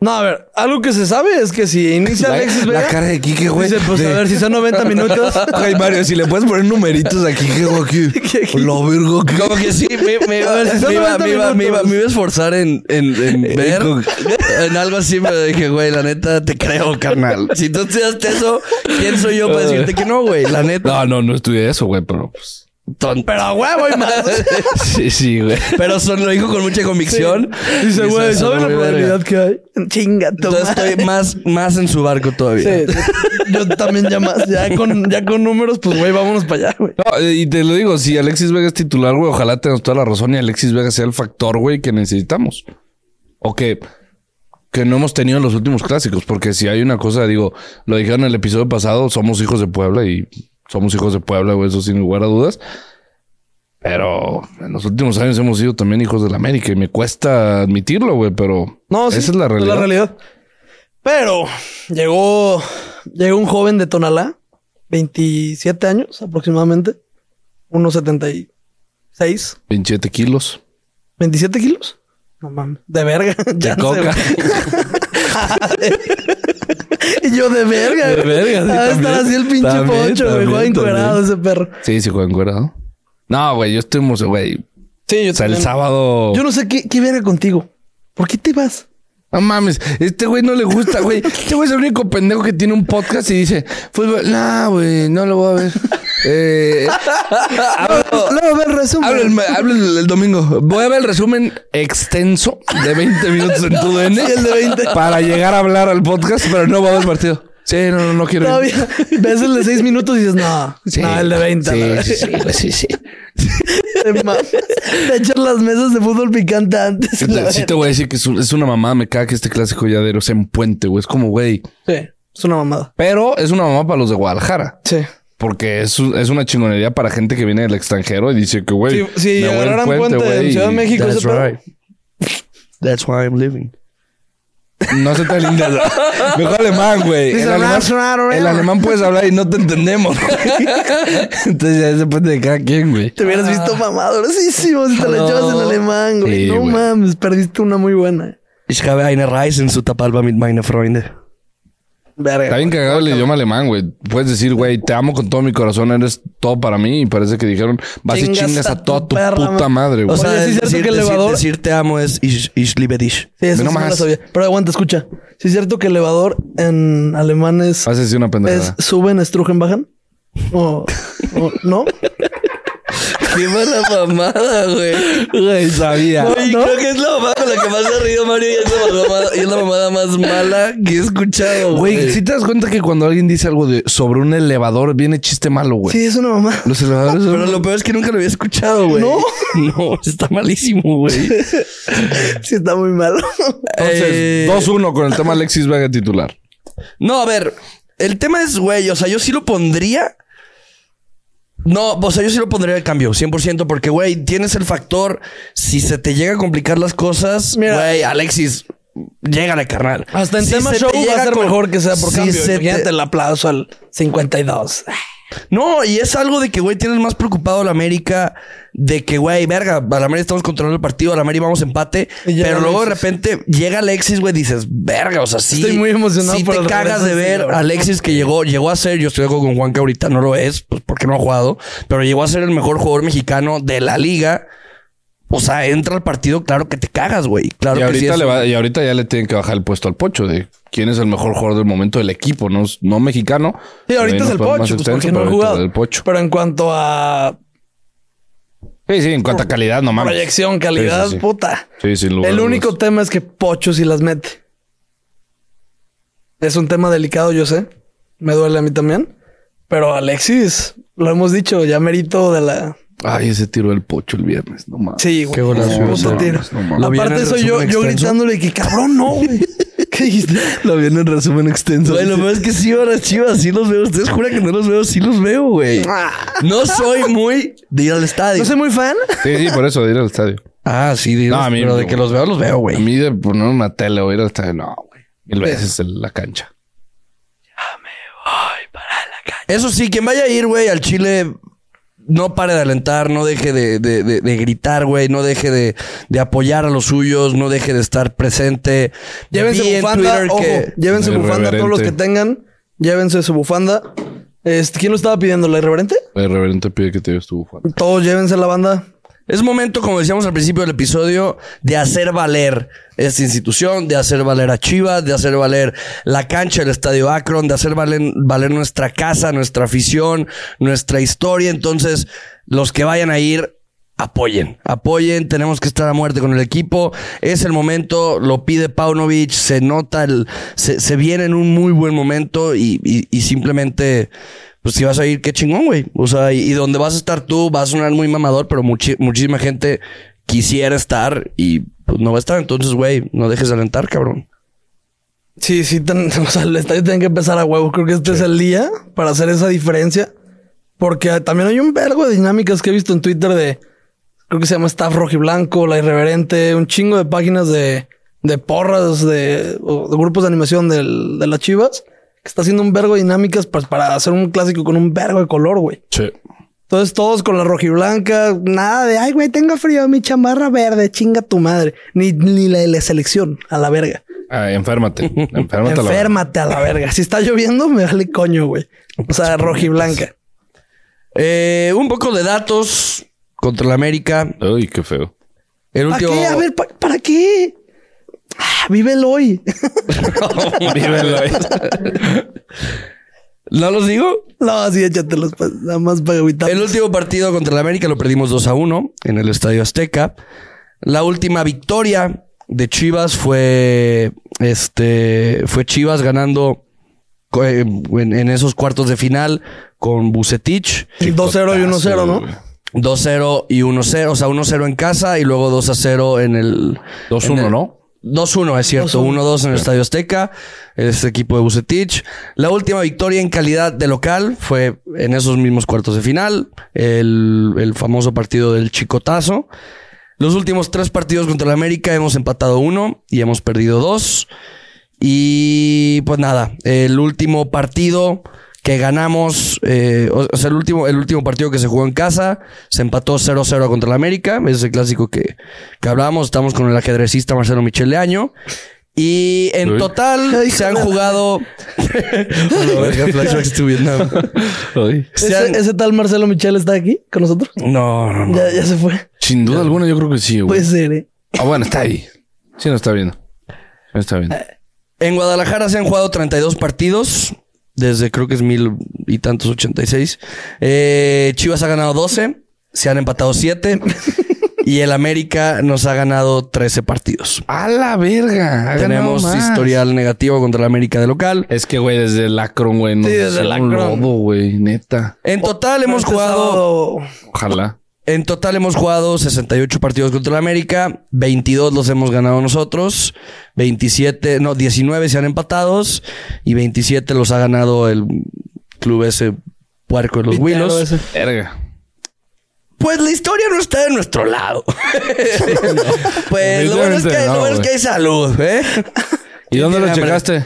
No, a ver, algo que se sabe es que si inicia La, Alexis Vega... la cara de Quique, güey. Dice, pues de... a ver, si son noventa minutos... Ay, Mario, si le puedes poner numeritos aquí, ¿qué hago aquí? La verga, ¿qué? Como que sí, me, me, iba, A ver, si son me, iba, noventa me, iba, me, iba, minutos. me iba a esforzar en, en, en ver en algo así, pero dije, güey, la neta, te creo, carnal. Si tú estudiaste eso, ¿quién soy yo para decirte que no, güey? La neta. No, no, no estudié eso, güey, pero pues... Tonto. Pero a huevo y más. Sí, sí, güey. Pero son, lo dijo con mucha convicción. Sí. Dice, güey, eso ¿sabes la muy probabilidad verga. que hay? Chinga, tu Entonces madre. estoy más, más en su barco todavía. Sí, yo también ya más. Ya con, ya con números, pues, güey, vámonos para allá, güey. No, y te lo digo, si Alexis Vega es titular, güey, ojalá tengas toda la razón y Alexis Vega sea el factor, güey, que necesitamos. O que, que no hemos tenido en los últimos clásicos. Porque si hay una cosa, digo, lo dijeron en el episodio pasado, somos hijos de Puebla y somos hijos de Puebla, güey, eso sin lugar a dudas. Pero en los últimos años hemos sido también hijos de la América y me cuesta admitirlo, güey, pero No, sí, esa es la realidad. Es la realidad. Pero llegó, llegó un joven de Tonalá, veintisiete años aproximadamente, uno setenta y seis, veintisiete kilos. veintisiete kilos. No mames, de verga. Ya De no sé, coca. güey. Y yo de verga. De verga, sí, Ah, estar también. así el pinche También, pocho, güey. también, Juega encuerado también. ese perro. Sí, sí, juega encuerado. No, güey, yo estoy, emo- güey. Sí, yo O sea, el también. sábado... Yo no sé qué, qué verga contigo. ¿Por qué te vas? No mames, este güey no le gusta, güey. Este güey es el único pendejo que tiene un podcast y dice, fútbol, no, güey, no lo voy a ver. Eh, hablo, Luego ve el resumen. hablo el, hablo el- el domingo. Voy a ver el resumen extenso de veinte minutos en tu D N. Sí, el de veinte. Para llegar a hablar al podcast, pero no voy a ver el partido. Sí, no, no, no quiero ir. Todavía ves el de seis minutos y dices, no, Sí. no, el de veinte. ¿no? Sí, sí, sí, güey, sí, sí. Te mames. Te echan las mesas de fútbol picante antes. Sí, te- sí te voy a decir que es, un- es una mamada. Me caga que este clásico lladero sea en Puente, güey. Es como, güey. Sí, es una mamada. Pero es una mamada para los de Guadalajara. Sí. Porque es, un- es una chingonería para gente que viene del extranjero y dice que, güey, Si, si me voy al agarraran puente, güey, en Ciudad de y- México, That's ese pedo. right. That's why I'm living. No se te linda. Mejor alemán, güey. Dice, El alemán, "That's right, el alemán puedes hablar y no te entendemos, güey. Entonces ya depende de cada quien, güey. Te hubieras visto mamadorosísimo si te la No. echabas en alemán, güey. Sí, no güey. mames, perdiste una muy buena. Ich habe eine Reise in Sutapalpa mit meinen Freunden. Verga. Está bien cagado el idioma alemán, güey. Puedes decir, güey, te amo con todo mi corazón, eres todo para mí. Y parece que dijeron, vas y Chingas chingas a a toda tu tu perra, puta ma- madre, güey. O sea, Oye, ¿sí es cierto decir, que el decir- elevador- decir te amo es ich, ich liebe dich. Sí, eso Ve sí me nomás. la sabía. Pero aguanta, escucha. ¿Sí es cierto que el elevador en alemán es, Vas a decir una es pendejada. suben, estrujen, bajan? ¿O, o no? Qué mala mamada, güey. Güey, sabía. No, Y ¿no? creo que es la mamada con la que más se ha reído Mario y es la mamada, y es la mamada más mala que he escuchado, güey. Güey, si te das cuenta que cuando alguien dice algo de sobre un elevador, viene chiste malo, güey. Sí, es una mamá. Los elevadores son... Pero lo peor es que nunca lo había escuchado, güey. ¿No? No, está malísimo, güey. Sí, está muy malo. Entonces, Eh, dos uno con el tema Alexis Vega titular. No, a ver, el tema es, güey, o sea, yo sí lo pondría. No, o sea, yo sí lo pondría de cambio, cien por ciento, porque, güey, tienes el factor, si se te llega a complicar las cosas, Mira. güey, Alexis, llégale, carnal. Hasta en Si tema se show te va a llega ser con- mejor que sea por si cambio. se te- Imagínate el aplauso al cincuenta y dos. No, y es algo de que, güey, tienes más preocupado a la América de que, güey, verga, a la América estamos controlando el partido, a la América vamos empate, Y llega pero luego de Alexis. repente llega Alexis, güey, dices, verga, o sea, sí. Estoy muy emocionado sí por te el cagas regreso de de ver Silva. a Alexis que llegó, llegó a ser, yo estoy de acuerdo con Juan que ahorita no lo es, pues porque no ha jugado, pero llegó a ser el mejor jugador mexicano de la liga. O sea, entra al partido, claro que te cagas, güey. Claro y, que ahorita sí. le es- va- y ahorita ya le tienen que bajar el puesto al Pocho de quién es el mejor jugador del momento del equipo, no, no mexicano. Sí, ahorita Ahí es el nos ponemos Pocho, más pues porque extenso, no ha pero ahorita jugado. el Pocho. Pero en cuanto a Sí, sí, en cuanto a calidad, no mames. proyección, calidad, Sí, sí, sí. puta. Sí, sin lugar El a único dudas. tema es que Pocho sí las mete. Es un tema delicado, yo sé. Me duele a mí también. Pero Alexis, lo hemos dicho, ya merito de la... Ay, ese tiro del Pocho el viernes, no mames. Sí, güey. Qué golazo, Puta sí, tiro. no mames. Lo vi en Aparte el soy yo, resumen yo extenso. gritándole que cabrón, no, güey. ¿Qué dijiste? Lo vi en el resumen extenso. Güey, lo peor es que sí van a Chivas, sí los veo. Ustedes juran que no los veo, sí los veo, güey. No soy muy de ir al estadio. No soy muy fan. Sí, sí, por eso de ir al estadio. Ah, sí, de ir No, a al- mí pero de no, que güey. los veo, los veo, A güey. mí de poner una tele o ir al estadio, no, güey. Mil veces en la cancha. Eso sí, quien vaya a ir, güey, al Chile, no pare de alentar, no deje de, de, de, de gritar, güey, no deje de, de apoyar a los suyos, no deje de estar presente. Llévense Vi en bufanda, Twitter ojo, que- llévense bufanda todos los que tengan. Llévense su bufanda. Este, ¿quién lo estaba pidiendo? ¿La irreverente? El reverente pide que te lleves tu bufanda. Todos llévense la banda. Es momento, como decíamos al principio del episodio, de hacer valer esta institución, de hacer valer a Chivas, de hacer valer la cancha del Estadio Akron, de hacer valer, valer nuestra casa, nuestra afición, nuestra historia. Entonces, los que vayan a ir, apoyen. Apoyen, tenemos que estar a muerte con el equipo. Es el momento, lo pide Paunovic, se nota, el, se, se viene en un muy buen momento y, y, y simplemente... Pues si vas a ir, qué chingón, güey. O sea, y, y donde vas a estar tú, vas a sonar muy mamador, pero muchi- muchísima gente quisiera estar y pues no va a estar. Entonces, güey, no dejes de alentar, cabrón. Sí, sí, ten- o sea, el estadio tiene que empezar a huevo. Creo que este es el día para hacer esa diferencia. Porque también hay un vergo de dinámicas que he visto en Twitter de... Creo que se llama Staff Rojiblanco, La Irreverente, un chingo de páginas de, de porras, de, o de grupos de animación del, de las Chivas, que está haciendo un vergo de dinámicas para, para hacer un clásico con un vergo de color, güey. Sí. Entonces todos con la rojiblanca, nada de, ay, güey, tengo frío, mi chamarra verde, chinga tu madre. Ni, ni la de la selección, a la verga. Ah, enférmate. Enférmate. a la Enférmate a la verga. Si está lloviendo, me vale coño, güey. O sea, rojiblanca. Eh, un poco de datos contra la América. verdad. Uy, qué feo. El ¿Para último... qué? A ver, ¿pa- ¿para qué? Ah, vive el hoy. Vívelo ahí. ¿No los digo? No, sí, échatelos, pa- nada más para evitar. El último partido contra la América lo perdimos dos a uno en el Estadio Azteca. La última victoria de Chivas fue este fue Chivas ganando co- eh, en, en esos cuartos de final con Vucetich. dos cero y uno cero, ¿no? Güey. dos cero y uno cero, o sea, uno cero en casa y luego dos a cero en el dos en uno, el- ¿no? dos uno, es cierto. uno dos en el Estadio Azteca. Este equipo de Vucetich. La última victoria en calidad de local fue en esos mismos cuartos de final. El, el famoso partido del Chicotazo. Los últimos tres partidos contra el América hemos empatado uno y hemos perdido dos. Y pues nada, el último partido que ganamos, eh, o sea, el último, el último partido que se jugó en casa, se empató cero cero contra el América. Ese es el clásico que, que hablábamos. Estamos con el ajedrecista Marcelo Michel Leaño. Y en Uy. total Ay, se han joder. jugado... Flashbacks to Vietnam. Uy. Se han- ¿Ese, ese tal Marcelo Michel está aquí con nosotros? No, no, no. Ya, ya se fue. Sin duda alguna, yo creo que sí, güey. Puede ser, ¿eh? Ah, bueno, está ahí. Sí, no está viendo. Está bien. En Guadalajara se han jugado treinta y dos partidos. Desde creo que es mil y tantos, ochenta y seis. Eh, Chivas ha ganado doce. Se han empatado siete. Y el América nos ha ganado trece partidos. A la verga. Ha Tenemos ganado más. historial negativo contra el América de local. Es que, güey, desde el Akron, güey. Nos Sí, desde el hicieron Akron. lodo, güey. Neta. En total hemos Este jugado... sábado- Ojalá. En total hemos jugado sesenta y ocho partidos contra el América. veintidós los hemos ganado nosotros. veintisiete... No, diecinueve se han empatados. Y veintisiete los ha ganado el club ese puerco de los Pitero Willos. ese. Verga. Pues la historia no está de nuestro lado. Pues lo bueno es que, Definitivamente lo no, bueno es güey. que hay salud, ¿eh? ¿Y dónde lo tiene hambre? checaste?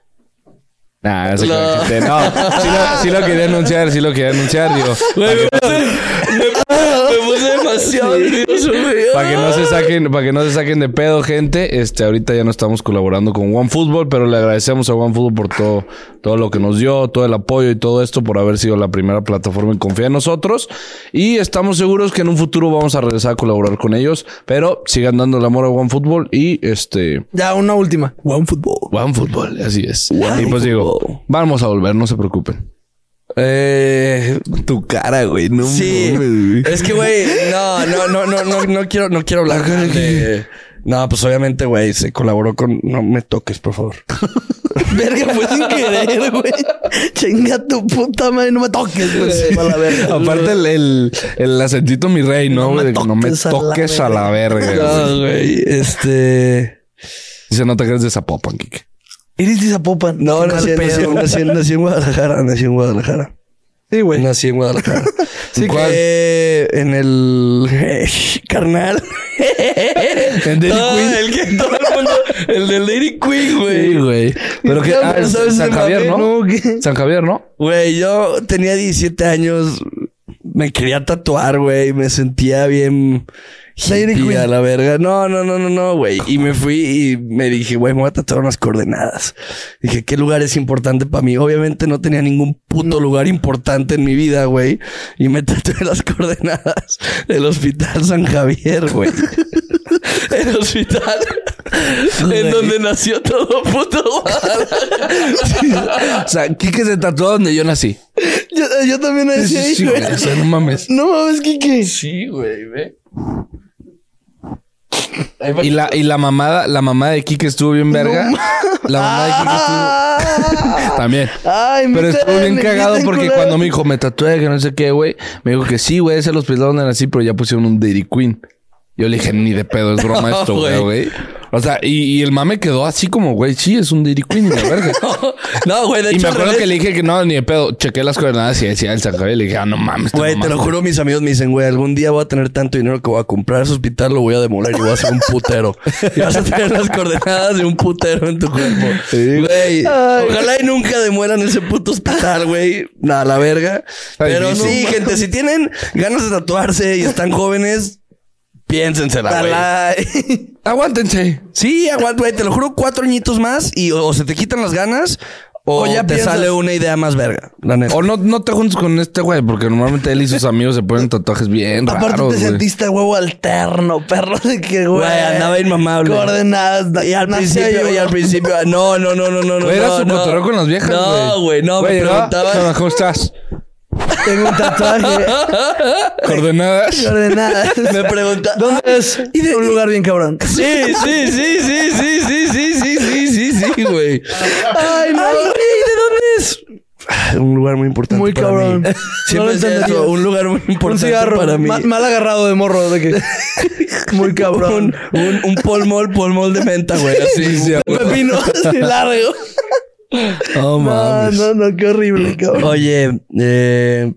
Nah, ese Lo- que no. Sí lo, sí lo quería anunciar, sí lo quería anunciar, digo. Güey, me puse, me, me puse demasiado nervioso, güey. Para que no se saquen, para que no se saquen de pedo, gente. Este, ahorita ya no estamos colaborando con OneFootball, pero le agradecemos a OneFootball por todo, todo lo que nos dio, todo el apoyo y todo esto, por haber sido la primera plataforma en confiar en nosotros. Y estamos seguros que en un futuro vamos a regresar a colaborar con ellos. Pero sigan dando el amor a OneFootball y este. Ya, una última. One Football. OneFootball, así es. Y pues digo, vamos a volver, no se preocupen. Eh, Tu cara, güey, no sí. Es que, güey, no, no, no, no, no, no quiero, no quiero hablar de... No, pues obviamente, güey, se colaboró con... No me toques, por favor. Verga, fue sin querer, güey. Chinga tu puta madre, no me toques, güey. Se va a la verga. Aparte el, el, el acentito mi rey, ¿no? No me güey? De que no me toques a la toques a la verga. güey. No, güey, este... Y se nota que eres de Zapopan, Kike. Eres de Zapopan. No, Qué nací, mal nací, pedo. nací, nací en Guadalajara, nací en Guadalajara. Sí, güey. Nací en Guadalajara. Sí, que en el carnal. ¿En Dairy No, Queen? el que todo el mundo, el del Dairy Queen, güey. Sí, güey. Pero que ah, es ¿Sabes San ese Javier, mame? ¿no? ¿No? ¿Qué? San Javier, ¿no? Güey, yo tenía diecisiete años. me quería tatuar, güey. Me sentía bien hippie a la verga. No, no, no, no, no, güey. Y me fui y me dije, güey, me voy a tatuar unas coordenadas. Dije, ¿qué lugar es importante para mí? Obviamente no tenía ningún puto no. lugar importante en mi vida, güey. Y me tatué las coordenadas del Hospital San Javier, güey. El hospital en donde nació todo puto sí. O sea, Quique se tatuó donde yo nací. Yo, yo también nací ahí, sí, güey. O sea, no mames. No mames, Quique. Sí, güey, ve. Y la, y la mamada, la mamá de Quique estuvo bien verga. No, la mamá de Quique estuvo... También. Ay, pero estuvo bien me cagado porque culero. Cuando me dijo, me tatué, que no sé qué, güey. Me dijo que sí, güey, es el hospital donde nací, pero ya pusieron un Dairy Queen. Yo le dije, ni de pedo, es broma esto, güey, oh, güey. O sea, y, y el mame quedó así como, güey, sí, es un Dairy Queen, la verga. No, güey, de y hecho. Y me acuerdo que le dije que no, ni de pedo. Chequé las coordenadas y decía el San Javier. Le dije, ah, no mames. Güey, te lo juro, mis amigos me dicen, güey, algún día voy a tener tanto dinero que voy a comprar ese hospital, lo voy a demoler y voy a hacer un putero. Y vas a tener las coordenadas de un putero en tu cuerpo. Sí, güey. Ojalá y nunca demuelan ese puto hospital, güey. Nada, la verga. Ay, pero sí, no, gente, si tienen ganas de tatuarse y están jóvenes, piénsensela, güey. Aguántense. Sí, aguante, güey. Te lo juro, cuatro añitos más y o, o se te quitan las ganas o, o ya te piensas... sale una idea más verga, la neta. O no, no te juntes con este güey, porque normalmente él y sus amigos se ponen tatuajes bien Aparte raros, te güey. Sentiste huevo alterno, perro, de que, güey. Güey, andaba inmamable. Coordenadas. Y al principio, y al principio... No, no, no, no, no, no. Era no, su no. cotorreo con las viejas, güey. No, güey, no. Wey, me preguntaban... ¿Cómo estás? Tengo un tatuaje. Coordenadas. Coordenadas. Me pregunta... ¿Dónde es? Y de... Un lugar bien cabrón. Sí, sí, sí, sí, sí, sí, sí, sí, sí, sí, sí, güey. Ay, no. Ay, ¿de dónde es? Un lugar muy importante muy para cabrón. mí. Siempre no es eso, un lugar muy importante un cigarro, para mí. Mal, mal agarrado de morro. De que... muy cabrón. Un, un, un polmol, polmol de menta, güey. Así, sí, un pepino así largo. Oh, mames. No, no, no, qué horrible, cabrón. Oye, eh...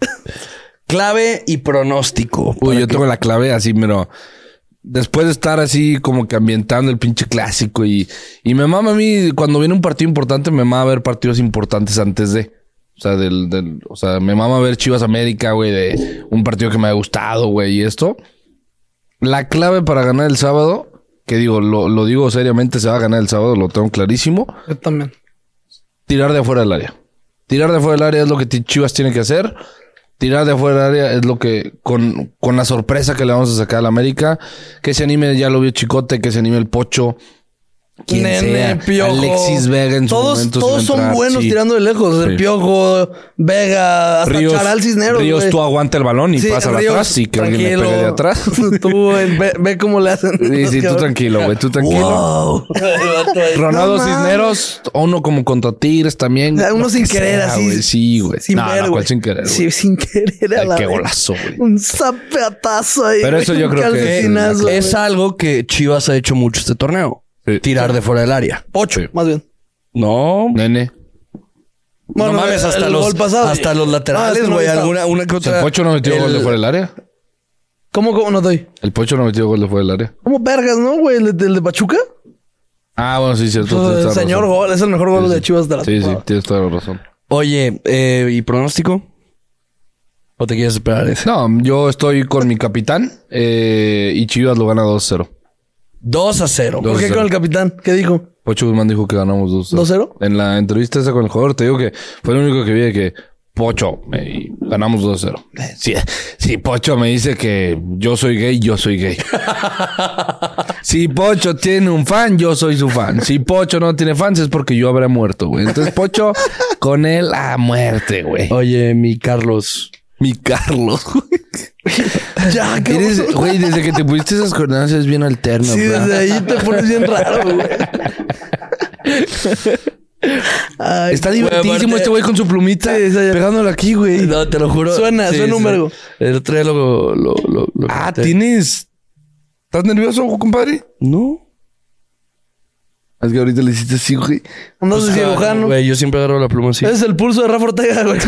clave y pronóstico. Uy, yo que... tengo la clave así, pero... Después de estar así como que ambientando el pinche clásico y, y me mama a mí, cuando viene un partido importante, me mama ver partidos importantes antes de. O sea, del, del, o sea, me mama ver Chivas América, güey, de un partido que me ha gustado, güey, y esto. La clave para ganar el sábado, que digo, lo, lo digo seriamente, se va a ganar el sábado, lo tengo clarísimo. Yo también. Tirar de afuera del área. Tirar de afuera del área es lo que Chivas tiene que hacer. Tirar de afuera del área es lo que, con, con la sorpresa que le vamos a sacar a la América, que se anime, ya lo vio Chicote, que se anime el Pocho, quien Nene, sea, Piojo. Alexis Vega en todos, su momento. Todos son entrar, buenos sí. tirando de lejos. Sí. El Piojo, Vega, hasta Ríos, Charal Cisneros. Ríos, güey. tú aguanta el balón y sí, pasa Ríos, atrás y que alguien le pegue de atrás. Tú, ve, ve cómo le hacen. Sí, sí, tú tranquilo, güey, tú tranquilo. Wow. Ronaldo No, Cisneros, uno como contra Tigres también. Uno sin querer, sea, así. Güey. Sí, güey. Sin no, ver, no, güey. sin querer. Sí, Güey. sin querer. A Ay, la qué vez. golazo, güey. Un zapeatazo ahí. Pero eso yo creo que es, que Es algo que Chivas ha hecho mucho este torneo. Sí. Tirar de fuera del área. Ocho, Sí. más bien. No. Nene. Bueno, no mames, hasta el los, gol pasado. hasta los Ah, laterales, es que no güey. he visto. alguna una que otra. El Pocho no metió el... gol de fuera del área. ¿Cómo, cómo no doy? El Pocho no metió gol de fuera del área. ¿Cómo vergas, no, güey? ¿El de, el de Pachuca? Ah, bueno, sí, cierto. Pues, tienes el toda señor razón. gol. Es el mejor gol Sí, de sí. Chivas de la Sí, sí, temporada. tienes toda la razón. Oye, eh, ¿y pronóstico? ¿O te quieres esperar ese? No, yo estoy con mi capitán eh, y Chivas lo gana dos cero. dos a cero. Dos. ¿Por qué con el capitán? ¿Qué dijo? Pocho Guzmán dijo que ganamos dos cero. ¿dos cero? En la entrevista esa con el jugador, te digo que fue lo único que vi de que Pocho, eh, y ganamos dos cero. Sí, sí, Pocho me dice que yo soy gay, yo soy gay. Si Pocho tiene un fan, yo soy su fan. Si Pocho no tiene fans es porque yo habré muerto, güey. Entonces Pocho con él a muerte, güey. Oye, mi Carlos. Mi Carlos. Ya, Eres, güey, desde que te pusiste esas coordenadas es bien alterno. Sí, bro. desde ahí te pones bien raro, güey. Ay, Está Güey, divertísimo aparte- este güey con su plumita Sí, esa ya- pegándola aquí, güey. No, te lo juro. Suena, suena un vergo. El otro día lo... lo, lo, lo Ah, conté. ¿tienes? ¿Estás nervioso, compadre? No. Es que ahorita le hiciste así, güey. No sé si cirujano. Güey, yo siempre agarro la pluma así. Es el pulso de Rafa Ortega, güey.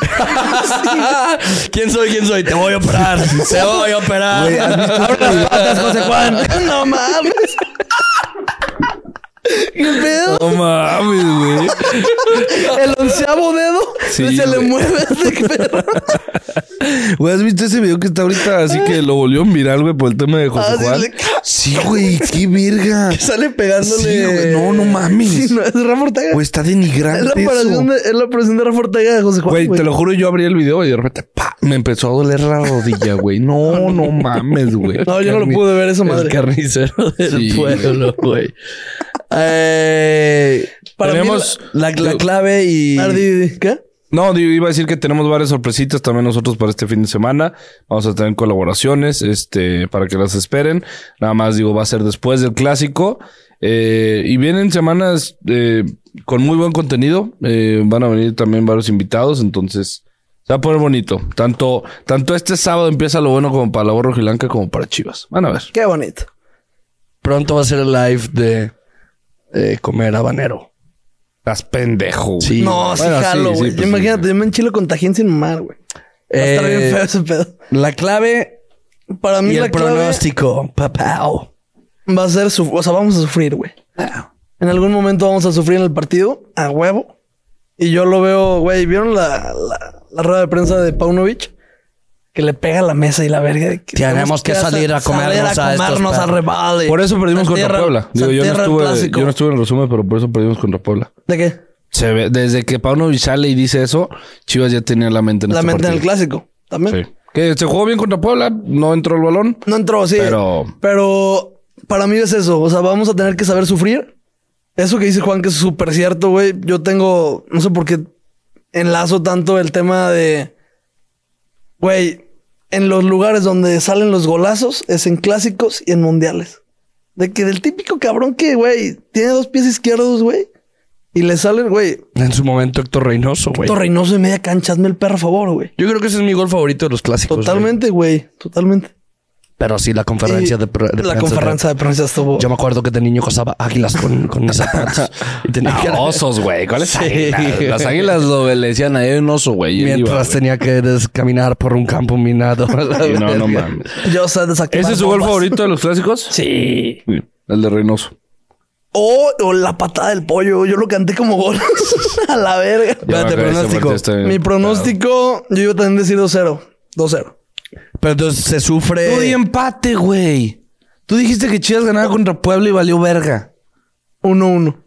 ¿Quién soy? ¿Quién soy? Te voy a operar. Te voy a operar. Abre las patas, José Juan. No mames. ¿Qué pedo? No mames, güey. El onceavo dedo Sí, se le güey. mueve a este perro. Güey, ¿has visto ese video que está ahorita así que lo volvió viral, güey, por el tema de José Ah, sí, Juan? le- Sí, güey, qué verga. Sale pegándole. Sí, güey. No, no mames. Sí, no, es Rafa Ortega. Güey, está es, la denigrante operación eso. de, es la operación de Rafa Ortega de José Juan. Güey, güey. te lo juro, yo abrí el video y de repente, pa, me empezó a doler la rodilla, güey. No, no mames, güey. No, yo no lo pude ver esa madre. El carnicero del Sí, pueblo, güey. Eh, Para mí tenemos la, la clave y... Ardi, ¿qué? No, digo, iba a decir que tenemos varias sorpresitas también nosotros para este fin de semana. Vamos a tener colaboraciones, este, para que las esperen. Nada más digo, va a ser después del clásico. Eh, y vienen semanas eh, con muy buen contenido. Eh, van a venir también varios invitados, entonces se va a poner bonito. Tanto, tanto este sábado empieza lo bueno como para la Borra Rojilanca como para Chivas. Van a ver. Qué bonito. Pronto va a ser el live de eh, comer habanero. Estás pendejo, güey. Sí. No, sí, Bueno, sí, jalo, sí, güey. pues Yo imagínate, sí. yo me enchilo con tajín sin mamar, güey. Va a estar Eh, bien feo ese pedo. La clave Para mí y la el clave pronóstico. Papao. va a ser su... O sea, vamos a sufrir, güey. En algún momento vamos a sufrir en el partido, a huevo. Y yo lo veo, güey. ¿Vieron la, la, la rueda de prensa de Paunovic? Que le pega a la mesa y la verga. De que Tenemos que salir a comernos salir a estos comernos perros. al rival. y Por eso perdimos contra Santierra- Puebla. Digo, yo no, Santierra el estuve, clásico. yo no estuve en el resumen, pero por eso perdimos contra Puebla. ¿De qué? Se ve, desde que Paunovic sale y dice eso, Chivas ya tenía la mente en La este mente en el partido. clásico. También. Sí. Que se jugó bien contra Puebla, no entró el balón. No entró, sí. Pero- Pero para mí es eso. O sea, vamos a tener que saber sufrir. Eso que dice Juan, que es súper cierto, güey. Yo tengo... No sé por qué enlazo tanto el tema de... Güey, en los lugares donde salen los golazos es en clásicos y en mundiales. De que del típico cabrón que, güey, tiene dos pies izquierdos, güey. Y le salen, güey, En su momento Héctor Reynoso, güey. Héctor Reynoso y media cancha. Hazme el perro a favor, güey. Yo creo que ese es mi gol favorito de los clásicos. Totalmente, güey. Totalmente. güey. Pero sí, la conferencia Y de, pre- de La prensa conferencia de prensa estuvo... Yo me acuerdo que de niño cazaba águilas con, con mis zapatos. Y tenía que... Ah, osos, güey. ¿Cuáles Sí. águilas? Las águilas lo le decían a él un oso, güey. y él iba, Mientras güey. tenía que des- caminar por un campo minado. Y no, no mames. Yo sé desactivar ¿Ese es su gol bombas. favorito de los clásicos? Sí. Sí, el de Reynoso. O, o la patada del pollo. Yo lo canté como gol. A la verga. Espérate, Ya me acordé, ese pronóstico. partido está bien. Mi pronóstico, yo iba a también decir dos cero. dos cero. Pero entonces se sufre... Tú di empate, güey. Tú dijiste que Chivas ganaba contra Puebla y valió verga. uno uno.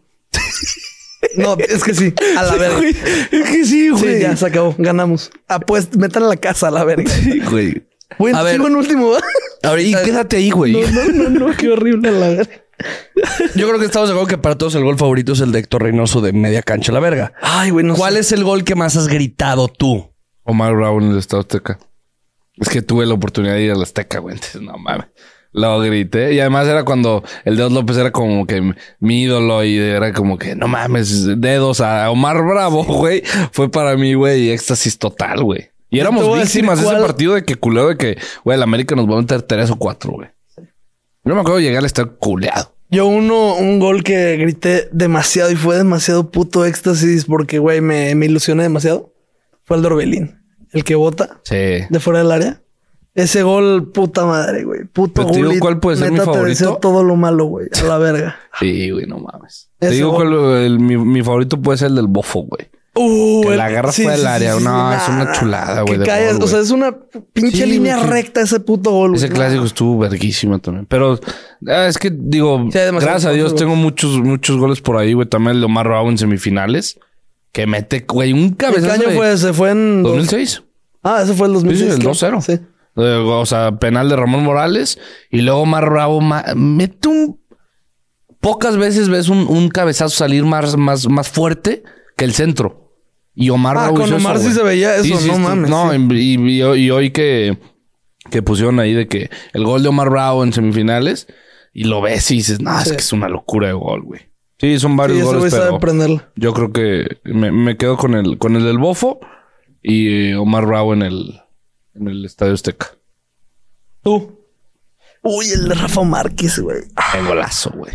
No, es que sí. A la verga. Es que sí, Sí, ya se acabó. Ganamos. Ah, pues, metan a la casa a la verga. Sí, güey. Bueno, A ver. sigo en último, ¿va? A ver, Y quédate ahí, güey. No, no, no, no. Qué horrible a la verga. yo creo que estamos de acuerdo que para todos el gol favorito es el de Héctor Reynoso de media cancha a la verga. Ay, güey, no ¿Cuál sé. es el gol que más has gritado tú? Omar Bravo en el Estado Azteca. Es que tuve la oportunidad de ir al Azteca, güey. Entonces, no mames. Lo grité. Y además era cuando el Dedos López era como que mi ídolo y era como que no mames, dedos a Omar Bravo, güey. Fue para mí, güey, éxtasis total, güey. Y Yo éramos te voy a decir víctimas de ese cuál- partido de que culeo de que, güey, el América nos va a meter tres o cuatro, güey. Yo me acuerdo de llegar al estar culeado. Yo uno, un gol que grité demasiado y fue demasiado puto éxtasis porque, güey, me, me ilusioné demasiado. Fue el de Orbelín. El que bota Sí. de fuera del área. Ese gol, puta madre, güey. Puto Pero te digo, gol. ¿cuál puede ser mi Neta, te favorito? deseo todo lo malo, güey. A la verga. Sí, güey, no mames. Ese Te digo gol. cuál, el- mi, mi favorito puede ser el del Bofo, güey. Uh, Que el- la agarra sí, fuera del sí, área. sí, No, sí, es una nah, chulada, güey, que de caes- gol, O sea, güey. es una pinche Sí, línea güey, que- recta ese puto gol. Ese güey. clásico estuvo verguísima también. Pero ah, es que digo, Sí, hay demasiados gracias a Dios goles. tengo muchos, muchos goles por ahí, güey. También el de Omar Bravo en semifinales. Que mete, güey, un ¿Qué cabezazo. año de fue ese? Fue en... dos mil seis. Ah, ese fue el dos mil seis. Sí, sí, el creo. dos cero. Sí. Eh, o sea, penal de Ramón Morales. Y luego Omar Bravo ma- mete un... Pocas veces ves un, un cabezazo salir más, más, más fuerte que el centro. Y Omar Ah, Bravo con hizo Omar eso, sí güey. se veía eso, no esto- mames, No, sí. y, y- y hoy que, que pusieron ahí de que el gol de Omar Bravo en semifinales y lo ves y dices, no, es Sí. que es una locura de gol, güey. Sí, son Sí, varios ese güey goles, sabe pero prenderla. yo creo que me, me quedo con el, con el del Bofo y eh, Omar Bravo en el, en el Estadio Azteca. Tú. Uy, el de Rafa Márquez, güey. En golazo, güey.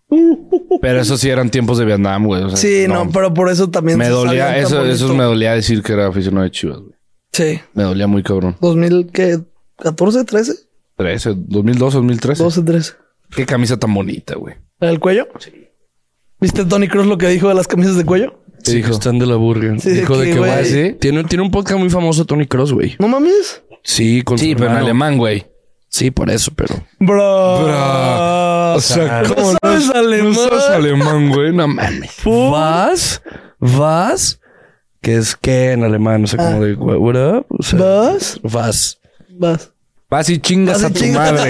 Pero eso sí eran tiempos de Vietnam, güey. O sea, Sí, no, pero por eso también... me se dolía, sabía tan eso, bonito. eso me dolía decir que era aficionado de Chivas, güey. Sí. Me dolía muy cabrón. ¿dos mil qué? ¿catorce, trece? trece, dos mil dos, dos mil trece. doce, trece. Qué camisa tan bonita, güey. ¿La del cuello? Sí. ¿Viste Tony Kroos lo que dijo de las camisas de cuello? Sí, que están de la burger. Sí, Dijo de que, güey. güey, ¿sí? Tiene, tiene un podcast muy famoso Tony Kroos, güey. ¿No mames? Sí, con Sí, su pero en hermano. alemán, güey. Sí, por eso, pero... Bro. Bro. O sea, ¿cómo ¿cómo sabes no- alemán? No sabes alemán, güey. No mames. Vas, vas, que es que en alemán, o sea, como Ah. de what up, o sea, ¿Vas? vas. Vas. Vas y chingas Vas y a tu chingas. madre.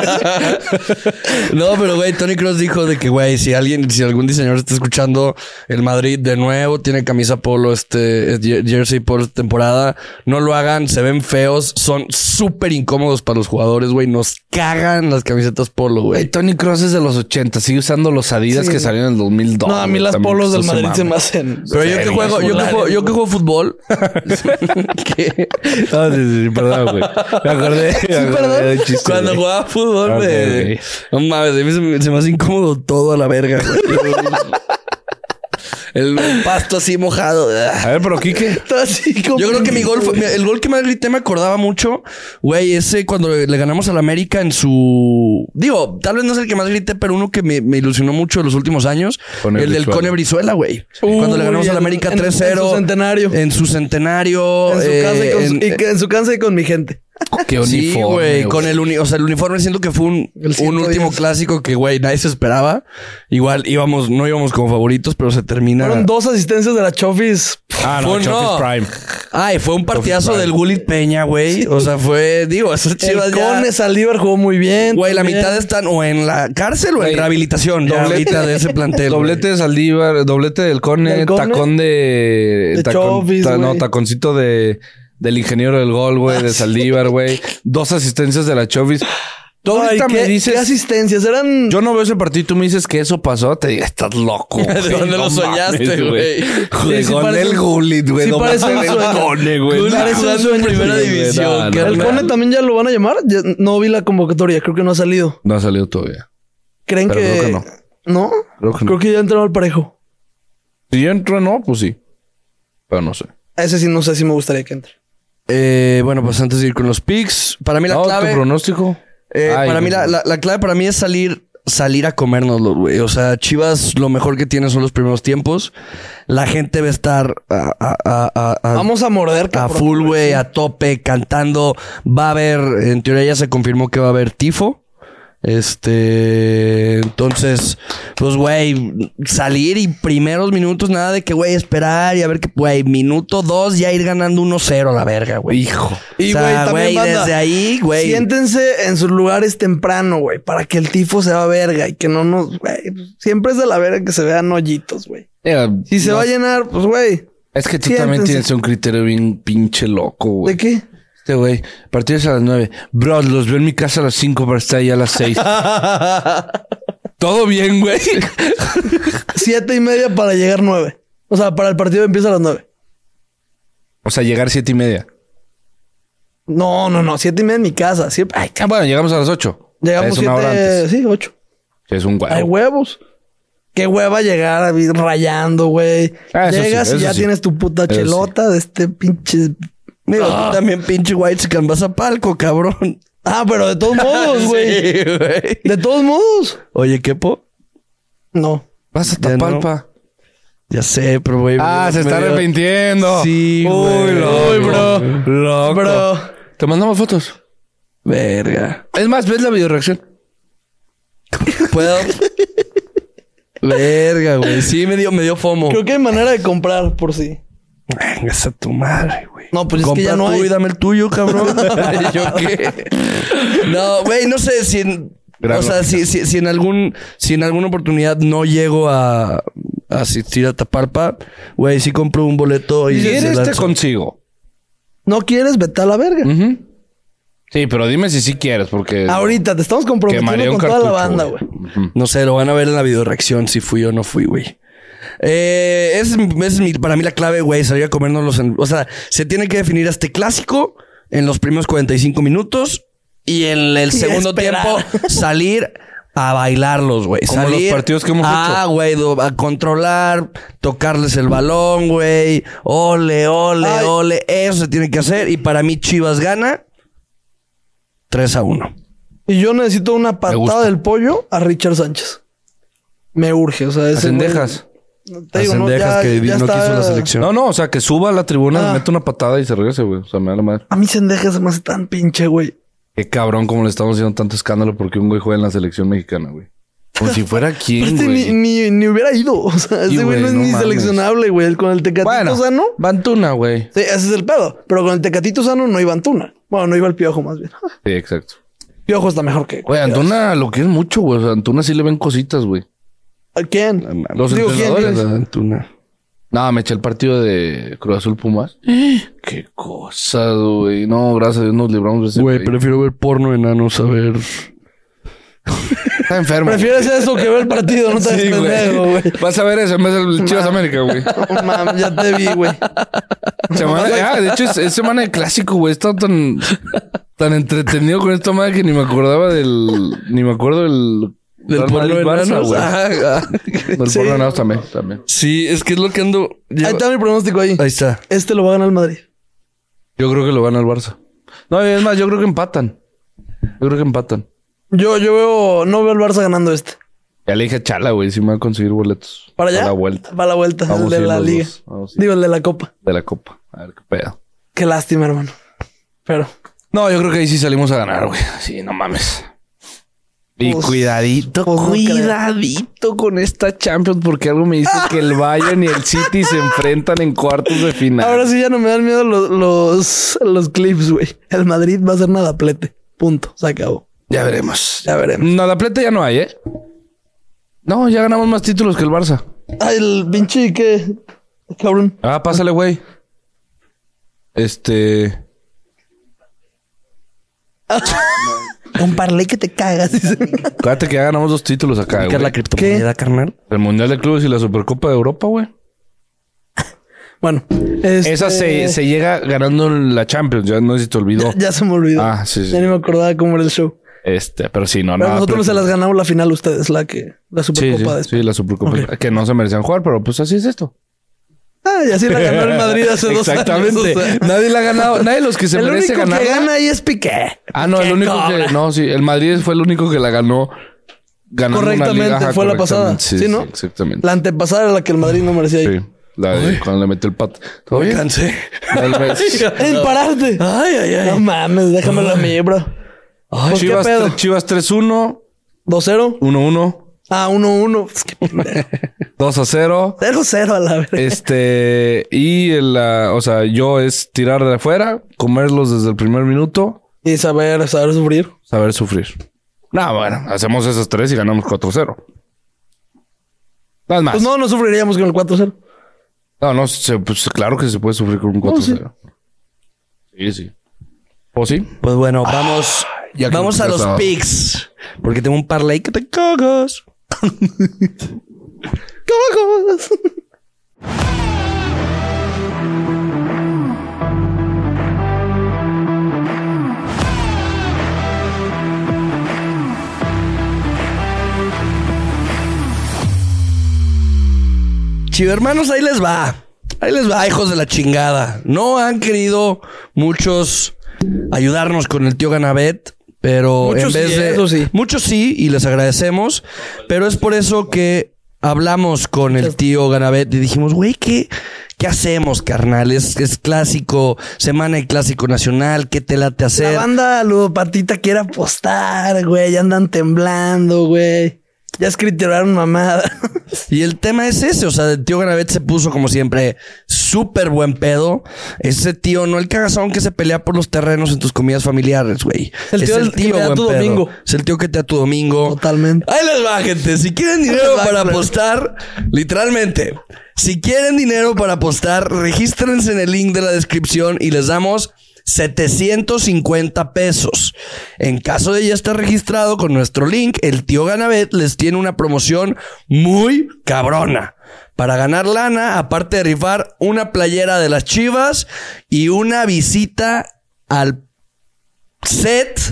No, pero güey, Tony Kroos dijo de que, güey, si alguien, si algún diseñador está escuchando, el Madrid de nuevo tiene camisa polo, este, eh, jersey por esta temporada, no lo hagan, se ven feos, son súper incómodos para los jugadores, güey, nos cagan las camisetas polo, Güey, güey. Tony Kroos es de los ochenta. Sigue usando los Adidas Sí. que salieron en el dos mil dos. No, a mí güey, las también, polos del eso Madrid se mame. me hacen... Pero yo que serios, juego, yo que juego, yo que juego fútbol. ¿Qué? Ah, sí, sí, sí, perdón, güey. Me acordé. me acordé perdón. del chiste, Cuando güey. jugaba fútbol, Ok, me... ok. No mames, a mí se me, se me hace incómodo todo a la verga, güey. El pasto así mojado. A ver, pero Quique. Está así como... Yo creo que mi gol fue, mi- el gol que más grité me acordaba mucho, güey, ese cuando le, le ganamos al América en su... Digo, tal vez no es el que más grité, pero uno que me, me ilusionó mucho en los últimos años. Cone el del Brizuela. Cone Brizuela, güey. Uy, Cuando le ganamos al en- América en- tres cero. en su centenario. En su centenario. En su, eh, casa y con su, en- y que en su casa y con mi gente. Qué Sí, uniforme. güey, con el uni, o sea, el uniforme siento que fue un, El ciento un último diez. clásico que, güey, nadie se esperaba. Igual íbamos, no íbamos como favoritos, pero se termina. Fueron dos asistencias de la Chofis. Ah, no, Fue- Chofis no. Prime. Ay, fue un partidazo Prime. del Gullit Peña, güey. O sea, fue, digo, esas El chivas ya. Cone Saldívar jugó muy bien. Güey, la también. mitad están o en la cárcel o en Güey, rehabilitación. Ya doblete- ahorita de ese plantel. Doblete de Saldívar, doblete del Cone, Del Cone. tacón de... De tacón- Chofis, ta- no, güey. taconcito de... Del ingeniero del gol, güey, de Saldívar, güey. Dos asistencias de la Chofis. Tú Ay, ahorita ¿qué, me dices... ¿qué asistencias? Eran... Yo no veo ese partido y tú me dices que eso pasó. Te digo, estás loco. ¿De güey. dónde No lo soñaste, mames, güey? Joder, Sí, sí con parece el un- Gullit, güey. sí no parece mames, un el sueño. Cone, güey. Gullit No, parece un jugando en sueño, primera sí, güey, división. no, qué no, ¿El raro. Cone también ya lo van a llamar? Ya no vi la convocatoria. Creo que no ha salido. No ha salido todavía. ¿Creen Pero que... creo que no. ¿No? Creo que no. Creo que ya entró al parejo. Si yo entro, no, pues sí. Pero no sé. Ese sí no sé si me gustaría que entre. Eh, bueno, pues antes de ir con los picks, para mí la No, clave. tu pronóstico. eh, Ay, para mí güey. la, la, la clave para mí es salir, salir a comérnoslo, güey. O sea, Chivas lo mejor que tiene son los primeros tiempos. La gente va a estar a, a, a, a- a- Vamos a morder, a cabrón. full, güey, a tope, cantando. Va a haber, en teoría ya se confirmó que va a haber tifo. Este, entonces, pues, güey, salir y primeros minutos, nada de que, güey, esperar y a ver que, güey, minuto dos ya ir ganando uno cero a la verga, güey. Hijo. Y, o güey, sea, también, güey, banda, desde ahí, güey. siéntense en sus lugares temprano, güey, para que el tifo se va verga y que no nos, güey, pues, siempre es de la verga que se vean hoyitos, güey. Mira, Si se no- va a llenar, pues, güey, Es que tú también siéntense. tienes un criterio bien pinche loco, güey. ¿de qué? Este güey, partidos a las nueve. Bro, los veo en mi casa a las cinco para estar ahí a las seis. Todo bien, güey. Siete y media para llegar nueve. O sea, para el partido empieza a las nueve. O sea, llegar siete y media. No, no, no, siete y media en mi casa. Siempre, ay, Ah, bueno, llegamos a las ocho. llegamos Es una hora siete, antes. sí, ocho. Es un huevo. Hay huevos. Qué hueva llegar a ir rayando, güey. Ah, eso sí, Llegas y eso ya sí. tienes tu puta Eso chelota de este pinche... Digo, Ah. tú también, pinche white chican, vas a palco, cabrón. Ah, pero de todos modos, güey. Sí, güey. De todos modos. Oye, ¿qué po? No. Vas a Ya no. Tapalpa. Ya sé, pero güey. Ah, me- se me está dio- arrepintiendo. Sí, Uy, güey. loco. Uy, bro. Loco. Bro. Te mandamos fotos. Verga. Es más, ves la videoreacción. ¿Puedo? Verga, güey. Sí, me dio, me dio fomo. Creo que hay manera de comprar por sí. Venga, a tu madre, güey. No, pues es que Compra ya no tú hay. y dame el tuyo, cabrón. ¿Yo qué? No, güey, no sé si en... Gran o sea, lógica. si, si, si en algún... Si en alguna oportunidad no llego a, a asistir a Tapalpa, güey, sí compro un boleto y... Si se quieres, te lanzo. consigo. No quieres, vete a la verga. Ujú. Sí, pero dime si sí quieres, porque... Ahorita te estamos comprometiendo Quemaría un con toda la cartucho, banda, güey. güey. Ujú. No sé, lo van a ver en la videoreacción si fui o no fui, güey. Eh, es, es mi- para mí la clave, güey, salir a comernos los... O sea, se tiene que definir este clásico en los primeros cuarenta y cinco minutos y en el Y segundo esperar. tiempo salir a bailarlos, güey. Como Salir los partidos que hemos Ah, hecho. güey, do- a controlar, tocarles el balón, güey. Ole, ole, Ay. ole. Eso se tiene que hacer y para mí Chivas gana tres a uno. Y yo necesito una patada gusta. del pollo a Richard Sánchez. Me urge, o sea, ese Cendejas. güey- Te digo, no, Cendejas ya, que ya no está- quiso la selección. No, no, o sea, que suba a la tribuna, Ah. mete una patada y se regrese, güey. O sea, me da la madre. A mí Cendejas se me hace tan pinche, güey. Qué cabrón como le estamos haciendo tanto escándalo porque un güey juega en la selección mexicana, güey. Como si fuera quién, Este ni, güey. ni, ni hubiera ido. O sea, Sí, ese güey güey, no es no ni mames. seleccionable, güey. Con el Tecatito Bueno, Sano. Bantuna, güey. Sí, ese es el pedo. Pero con el Tecatito Sano no iba Antuna. Bueno, no iba el Piojo más bien. Sí, exacto. Piojo está mejor que... Güey, Antuna lo quieren mucho, güey. O sea, Antuna sí le ven cositas, güey. ¿A quién? Los Digo, ¿quién? entrenadores. ¿Quién? La Antuna. No, me eché el partido de Cruz Azul Pumas. Qué cosa, güey. No, gracias a Dios nos libramos de ese Güey, güey. prefiero ver porno enanos a ver... Está enfermo. Prefieres eso que ver el partido, no te Sí, hagas pendejo, güey. Vas a ver eso en vez del Chivas América, güey. No mames, ya te vi, güey. Semana, ah, de hecho, es, es semana de clásico, güey. He estado tan, tan entretenido con esta madre que ni me acordaba del... Ni me acuerdo del... Del Real porno Madrid-Barça, enanos. güey. Ah, ah. Del Sí. porno enanos también, también. Sí, es que es lo que ando... Ahí está mi pronóstico ahí. Ahí está. Este lo va a ganar el Madrid. Yo creo que lo gana el Barça. No, es más, yo creo que empatan. Yo creo que empatan. Yo, yo veo... No veo al Barça ganando este. Ya le dije a Chala, güey, si me va a conseguir boletos. ¿Para allá? Para la vuelta. Para la vuelta. Vamos el de a ir la los liga. dos. Vamos a ir. Digo, el de la Copa. De la Copa. A ver qué pedo. Qué lástima, hermano. Pero... No, yo creo que ahí sí salimos a ganar, güey. Sí, no mames. Y Pues- cuidadito, pues no creo. cuidadito con esta Champions, porque algo me dice que el Bayern y el City se enfrentan en cuartos de final. Ahora sí ya no me dan miedo los, los, los clips, güey. El Madrid va a ser nada plete. Punto. Se acabó. Ya veremos. Ya veremos. Nada plata ya no hay, ¿eh? No, ya ganamos más títulos que el Barça. Ay, el pinche ¿qué? Cabrón. Ah, pásale, güey. Este... Un parlay que te cagas. dice. Acuérdate que ya ganamos dos títulos acá, ¿Qué es güey. la criptomoneda, carnal? El Mundial de Clubes y la Supercopa de Europa, güey. Bueno. este- Esa se, se llega ganando la Champions. Ya no sé si te olvidó. Ya, ya se me olvidó. Ah, sí, sí. Ya ni me acordaba cómo era el show. Este, pero sí, no, Pero nada. nosotros no se las ganamos la final ustedes, la que... La Sí, Supercopa sí, de sí, la Supercopa. Ok. Que no se merecían jugar, pero pues así es esto. Ah, y así la ganó el Madrid hace dos años. Exactamente. o sea. Nadie la ha ganado. Nadie de los que se el merece único ganar. que gana ahí es Piqué. Ah, no, el Piqué único cobra. que. No, sí, el Madrid fue el único que la ganó. Ganando Correctamente, una liga. Ajá, fue la correctamente. pasada. Sí, ¿no? exactamente. La antepasada era la que el Madrid no merecía ir. Sí. La de cuando le metió el pato. ¿Todo Me bien? cansé. El- ¡Ey, paraste! Ay, ay, ay. No mames, déjamelo a mí, bro. Pues, ¿qué Chivas, pedo? tre- Chivas tres uno, ¿dos cero? uno uno, Ah, uno uno. Pues qué pendejo. dos a cero. cero cero a la verga. Este, y el, ah, o sea, yo es tirar de afuera, comerlos desde el primer minuto, Y saber, saber sufrir. saber sufrir. No, bueno, hacemos esas tres y ganamos cuatro cero. Nada más. Pues no, no sufriríamos con el cuatro cero. No, no, se- pues claro que se puede sufrir con un cuatro cero. Sí, sí. ¿O sí? Pues bueno, vamos... ya que vamos me a los pesado. picks. Porque tengo un parlay que te cagas. ¡Cagos! Chivermanos, ahí les va. Ahí les va, hijos de la chingada. No han querido muchos ayudarnos con el tío Ganabet, pero Muchos en vez sí, de... eso sí. Muchos sí, y les agradecemos. Pero es por eso que hablamos con el tío Ganabet y dijimos, güey, ¿qué, ¿qué hacemos, carnal? Es, es clásico, semana de clásico nacional, ¿qué te late La hacer? banda ludopatita quiere apostar, güey. Ya andan temblando, güey. Ya escribieron mamada. Y el tema es ese, o sea, el tío Ganabet se puso como siempre súper buen pedo. Ese tío, no el cagazón que se pelea por los terrenos en tus comidas familiares, güey. El tío del- que te da tu domingo. Es el tío que te da tu domingo. Totalmente. Ahí les va, gente. Si quieren dinero les va, para claro. apostar, literalmente, si quieren dinero para apostar, regístrense en el link de la descripción y les damos setecientos cincuenta pesos. En caso de ya estar registrado con nuestro link, el tío Ganabet les tiene una promoción muy cabrona. Para ganar lana, aparte de rifar una playera de las Chivas y una visita al set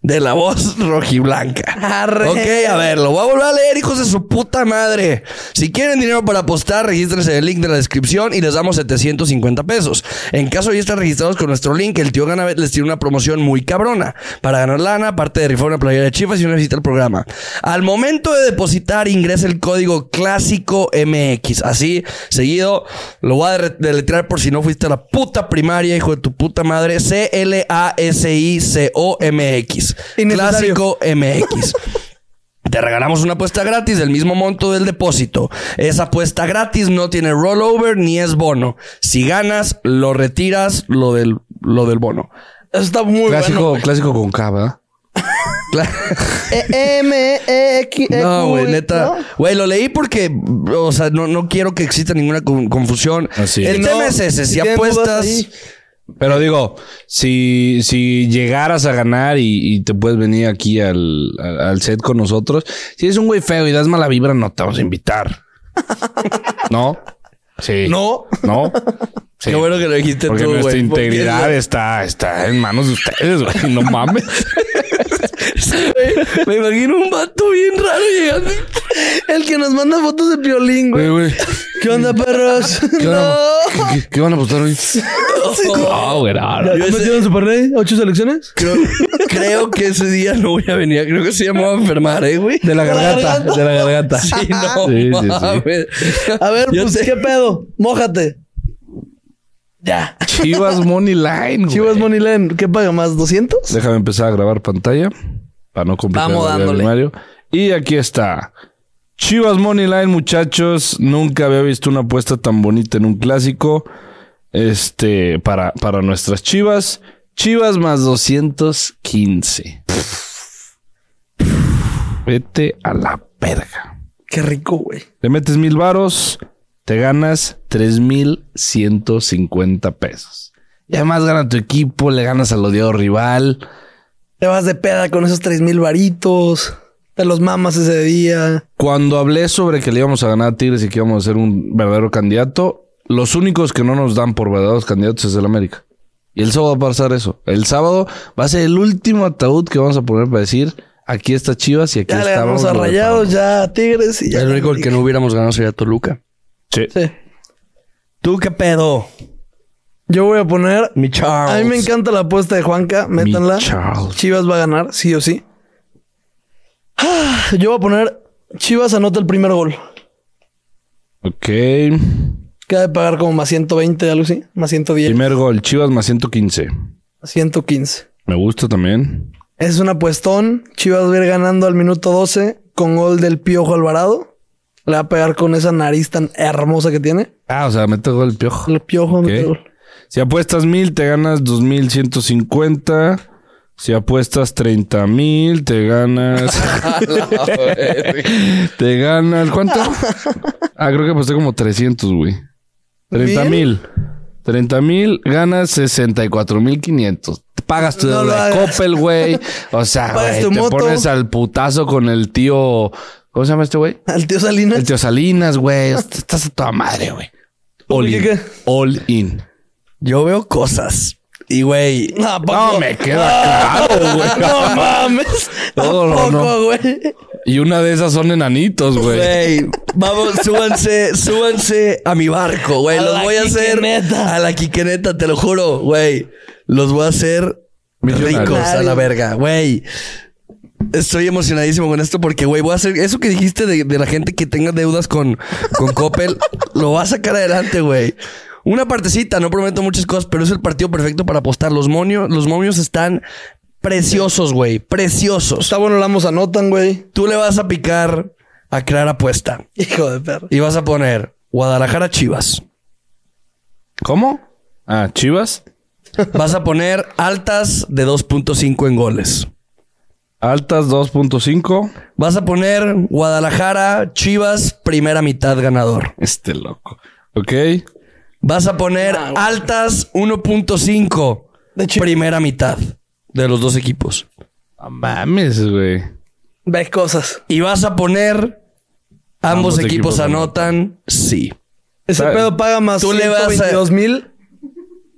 de la voz rojiblanca. Arre. Ok, a ver, lo voy a volver a leer, hijos de su puta madre. Si quieren dinero para apostar, regístrense en el link de la descripción y les damos setecientos cincuenta pesos. En caso de estar registrados con nuestro link, el tío Ganabet les tiene una promoción muy cabrona. Para ganar lana, aparte de rifar una playera de Chivas y una visita al programa. Al momento de depositar, ingresa el código clásico M X. Así, seguido, lo voy a deletrear por si no fuiste a la puta primaria, hijo de tu puta madre. C L A S I C O M X. Clásico M X. Te regalamos una apuesta gratis del mismo monto del depósito. Esa apuesta gratis no tiene rollover ni es bono. Si ganas, lo retiras lo del, lo del bono. Eso está muy clásico, bueno. Clásico con K, ¿verdad? E M E X. No, güey, neta. Güey, lo leí porque, o sea, no, no quiero que exista ninguna con- confusión. Así El es. tema es ese. Si apuestas... Pero digo, si, si llegaras a ganar y, y te puedes venir aquí al, al, al set con nosotros, si eres un güey feo y das mala vibra, no te vamos a invitar. ¿No? Sí. No. ¿No? Sí. Qué bueno que lo dijiste Porque tú, güey. nuestra porque, integridad güey, está, está en manos de ustedes, güey. No mames. Me imagino un vato bien raro llegando. El que nos manda fotos de Piolín, güey. Güey, güey. ¿Qué onda, perros? ¿Qué, van a- qué- qué van a apostar hoy? No, güey, no, no. ¿Ya metieron Super Rey? ¿Ocho selecciones? Creo, creo que ese día no voy a venir. Creo que se llamaba a enfermar, ¿eh, güey? De la garganta, de la garganta. Sí, no Sí, sí, sí. mames. A ver, Yo pues, sé- ¿qué pedo? Mójate. Ya. Chivas Money Line, güey. Chivas Moneyland, ¿qué paga más? ¿doscientos? Déjame empezar a grabar pantalla para no complicar Vamos la vida dándole. del Mario. Y aquí está. Chivas Money Line, muchachos. Nunca había visto una apuesta tan bonita en un clásico. Este, para, para nuestras Chivas. Chivas más doscientos quince. Vete a la verga. Qué rico, güey. Le metes mil varos, te ganas tres mil ciento cincuenta pesos. Y además gana tu equipo, le ganas al odiado rival. Te vas de peda con esos tres mil varitos. Te los mamas ese día. Cuando hablé sobre que le íbamos a ganar a Tigres y que íbamos a ser un verdadero candidato, los únicos que no nos dan por verdaderos candidatos es el América. Y el sábado va a pasar eso. El sábado va a ser el último ataúd que vamos a poner para decir, aquí está Chivas y aquí Ya le está. ganamos a vamos, Rayados, ya a Tigres y ya. El único que no hubiéramos ganado sería Toluca. Sí. Sí. ¿Tú qué pedo? Yo voy a poner... Mi Charles. A mí me encanta la apuesta de Juanca. Métanla. Charles. Chivas va a ganar, sí o sí. Ah, Yo voy a poner... Chivas anota el primer gol. Ok. Queda de pagar como más ciento veinte, algo así. Más ciento diez. Primer gol, Chivas más ciento quince. ciento quince. Me gusta también. Es un apuestón. Chivas va a ir ganando al minuto doce con gol del Piojo Alvarado. Le va a pegar con esa nariz tan hermosa que tiene. Ah, o sea, mete gol el Piojo. El Piojo Ok. mete gol. Si apuestas mil, te ganas dos mil ciento cincuenta. Si apuestas treinta mil, te ganas... te ganas... ¿Cuánto? Ah, creo que aposté como trescientos, güey. treinta mil. treinta mil, ganas sesenta y cuatro mil quinientos. Pagas tu No deuda lo de hagas. Coppel, güey. O sea, Pagas güey, tu te moto. pones al putazo con el tío... ¿Cómo se llama este güey? Al tío Salinas. El tío Salinas, güey. Estás a toda madre, güey. All ¿Qué, in. qué? All in. Yo veo cosas. Y, güey... No, ¿a poco? No, me queda claro, güey. No mames. ¿A No, no, poco, no. güey? Y una de esas son enanitos, güey. Güey, vamos, súbanse, súbanse a mi barco, güey. A Los la voy a hacer quiqueneta. a la quiqueneta, te lo juro, güey. Los voy a hacer Millonarios. ricos a la verga, güey. Estoy emocionadísimo con esto porque, güey, voy a hacer eso que dijiste de, de la gente que tenga deudas con, con Coppel. Lo voy a sacar adelante, güey. Una partecita, no prometo muchas cosas, pero es el partido perfecto para apostar. Los momios, los momios están preciosos, güey. Preciosos. Está bueno, la vamos anotan, güey. Tú le vas a picar a crear apuesta. Hijo de perro. Y vas a poner Guadalajara Chivas. ¿Cómo? Ah, Chivas. Vas a poner altas de dos punto cinco en goles. Altas dos punto cinco. Vas a poner Guadalajara Chivas primera mitad ganador. Este loco. Ok. Vas a poner Ah, güey. altas uno punto cinco De Chivas. primera mitad de los dos equipos. No mames, güey. Ves cosas. Y vas a poner ambos, Ambos equipos, equipos anotan, sí. Ese ¿Sabes? pedo paga más Tú le vas a- ciento veintidós mil.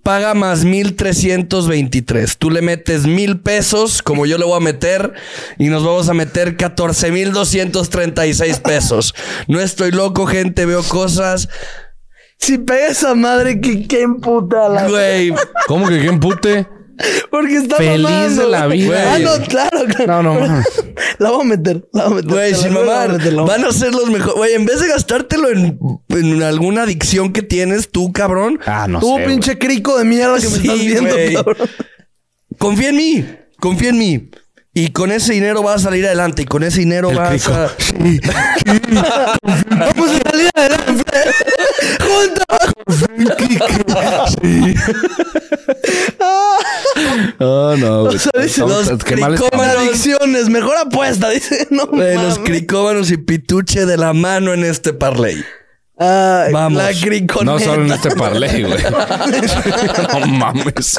paga más mil trescientos veintitrés. Tú le metes mil pesos, como yo le voy a meter, y nos vamos a meter catorce mil doscientos treinta y seis pesos. No estoy loco, gente, veo cosas. Si pega esa madre, que qué emputa la... Güey, ¿Cómo que quién pute? Porque está Feliz mamando, de la güey. vida. Ah, no, claro, claro. No, no, mames. La voy a meter, la voy a meter. güey, Te la sin juro, la voy a mamar, meter, la voy a van a ser los mejores. Güey, en vez de gastártelo en, en alguna adicción que tienes tú, cabrón. Ah, no Tú, sé, pinche crico de mierda que me Sí, estás viendo, güey. cabrón. Confía en mí, confía en mí. Y con ese dinero vas a salir adelante. Y con ese dinero El vas crico. a... Vamos a salir adelante. Juntos. Oh, no, güey. O sea, dice, Estamos- los qué mal Con estamos. adicciones, mejor apuesta, dice. No, Güey, los mames. cricómanos y pituche de la mano en este parlay. Ay, Vamos. la criconeta. No solo en este parlay, güey. No mames.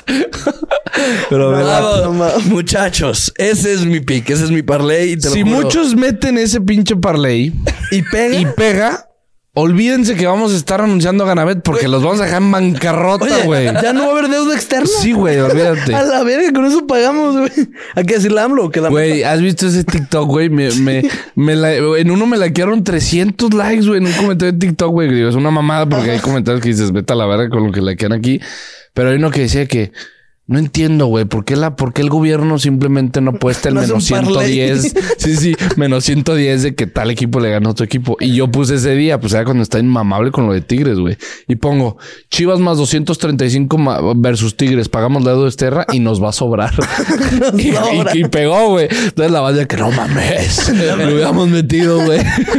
Pero, No, ¿verdad? Vamos, no mames. muchachos, ese es mi pick, ese es mi parlay. Y te lo Si juro. muchos meten ese pinche parlay Y pega. y pega, olvídense que vamos a estar anunciando a Ganabet porque los vamos a dejar en bancarrota, Oye, güey. ya no va a haber deuda externa. Sí, güey, olvídate. A la verga, con eso pagamos, güey. Hay que decirle a AMLO que la Güey, ¿has visto ese TikTok, güey? Me, me, me la- en uno me likearon trescientos likes, güey, en un comentario de TikTok, güey. Digo, es una mamada porque hay comentarios que dices, vete a la verga con lo que likean aquí. Pero hay uno que decía que no entiendo, güey, ¿por qué la, por qué el gobierno simplemente no apuesta el No hace menos un ciento parlay. diez? Sí, sí, menos ciento diez de que tal equipo le ganó a otro equipo. Y yo puse ese día, pues era cuando está inmamable con lo de Tigres, güey. Y pongo Chivas más doscientos treinta y cinco ma- versus Tigres, pagamos la deuda externa y nos va a sobrar. y, sobra. y- y pegó, güey. Entonces la banda que no mames, lo hubiéramos metido, güey.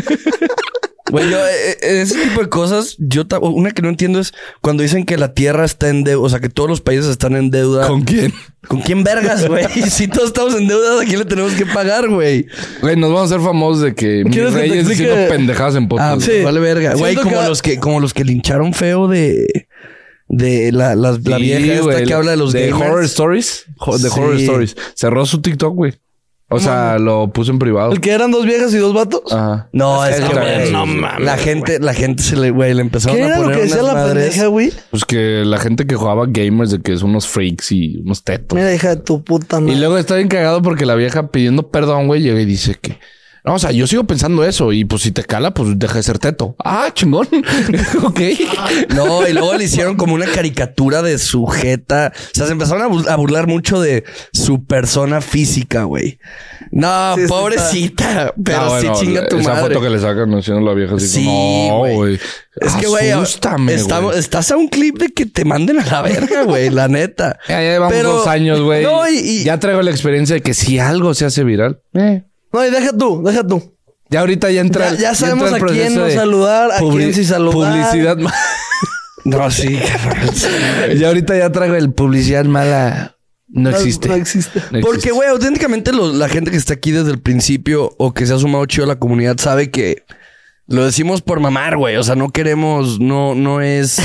Güey, yo, eh, eh, ese tipo de cosas, yo ta- una que no entiendo es cuando dicen que la tierra está en deuda, o sea, que todos los países están en deuda. ¿Con quién? ¿Con quién vergas, güey? Si todos estamos en deuda, ¿a quién le tenemos que pagar, güey? Güey, nos vamos a hacer famosos de que mis ¿Quieres que te reyes explique? diciendo pendejadas en podcast. Ah, Sí. vale verga. Güey, Siento como que- los que, como los que lincharon feo de, de la, las- la Sí, vieja esta güey, que habla de los de gamers. horror stories. Jo- De Sí. horror stories. Cerró su TikTok, güey. O sea, lo puso en privado. El que eran dos viejas y dos vatos. Ajá. No, es Eso que, también, güey, sí, no sí. mames. La gente, la gente se le, güey, le empezaron ¿Qué a era lo poner que decía unas la madres. pendeja, güey? Pues que la gente que jugaba gamers de que son unos freaks y unos tetos. Mira, hija de tu puta madre. Y luego está bien cagado porque la vieja pidiendo perdón, güey, llega y dice que... No, o sea, yo sigo pensando eso. Y pues si te cala, pues deja de ser teto. Ah, chingón. Ok. No, y luego le hicieron como una caricatura de su jeta. O sea, se empezaron a, bur- a burlar mucho de su persona física, güey. No, Sí, sí, pobrecita. Pero Ah, bueno, sí chinga tu esa madre. foto que le sacan haciendo la vieja así Sí, como... güey. No, güey. Es que, güey, Asústame, estamos- güey. estás a un clip de que te manden a la verga, güey, la neta. Ya, ya llevamos Pero- dos años, güey. No, y- y- Ya traigo la experiencia de que si algo se hace viral... Eh. No, y deja tú, deja tú. Ya ahorita ya entra... Ya- ya sabemos entra el a quién proceso no de saludar, a quién sí saludar. Publicidad... ma- No, sí, carnal. Ya ahorita ya traigo el publicidad mala. No No- existe. No existe. No Porque, existe. güey, auténticamente lo- la gente que está aquí desde el principio o que se ha sumado chido a la comunidad sabe que lo decimos por mamar, güey. O sea, no queremos, no, no es...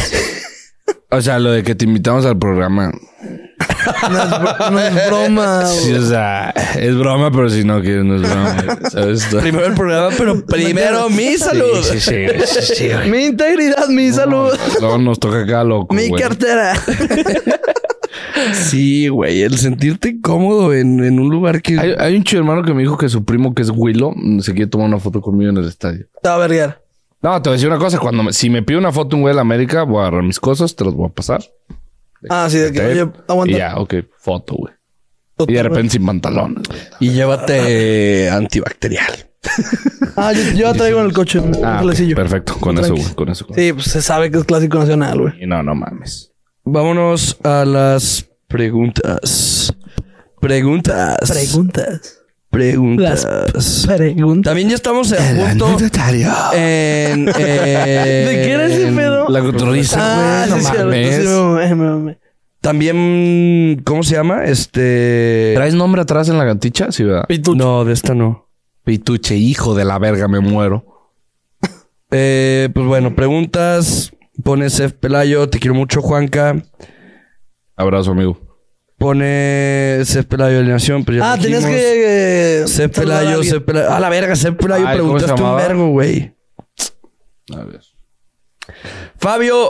O sea, lo de que te invitamos al programa. No es, bro- no es broma. Sí, güey. o sea, es broma, pero si no quieres, no es broma. ¿Sabes? Primero el programa, pero primero mi salud. Sí, sí, sí, sí, sí, güey. Mi integridad, mi salud, Luego nos toca acá loco, mi güey. cartera. Sí, güey. El sentirte cómodo en, en un lugar que... Hay, hay un chido hermano que me dijo que su primo, que es Willow, se quiere tomar una foto conmigo en el estadio. Te va a verguear. No, te voy a decir una cosa. Cuando me- si me pide una foto un güey de la América, voy a agarrar mis cosas, te las voy a pasar. Ah, sí, de que, Te- oye, aguanta. Y ya, ok, foto, güey. Y de repente sin pantalones, güey. Y llévate antibacterial. Ah, yo, yo ya traigo en el coche. Un Ah, ok, gelecillo. perfecto. Con Tranqui. eso, güey. Con eso. Con Sí, pues se sabe que es clásico nacional, güey. Y no, no mames. Vámonos a las preguntas. Preguntas. Preguntas. Preguntas. Preguntas. También ya estamos a punto en... ¿De qué era ese pedo? La cotorriza, Ah, güey. sí, No cierto. mames. Sí, me mamé, me mamé. También, ¿cómo se llama? Este... ¿Traes nombre atrás en la ganticha? Sí, ¿verdad? Pitucho. No, de esta no. Pituche, hijo de la verga, me muero. Eh, pues bueno, preguntas. Pone Sef Pelayo, te quiero mucho, Juanca. Abrazo, amigo. Pone Sef Pelayo de alineación, pero ya Ah, tenías dijimos. que... eh, Sef saludar a Pelayo, alguien. Sef Pelayo. Ah, la verga, Sef Pelayo, Ay, ¿cómo se preguntaste un llamaba? vergo, güey. A ver. Fabio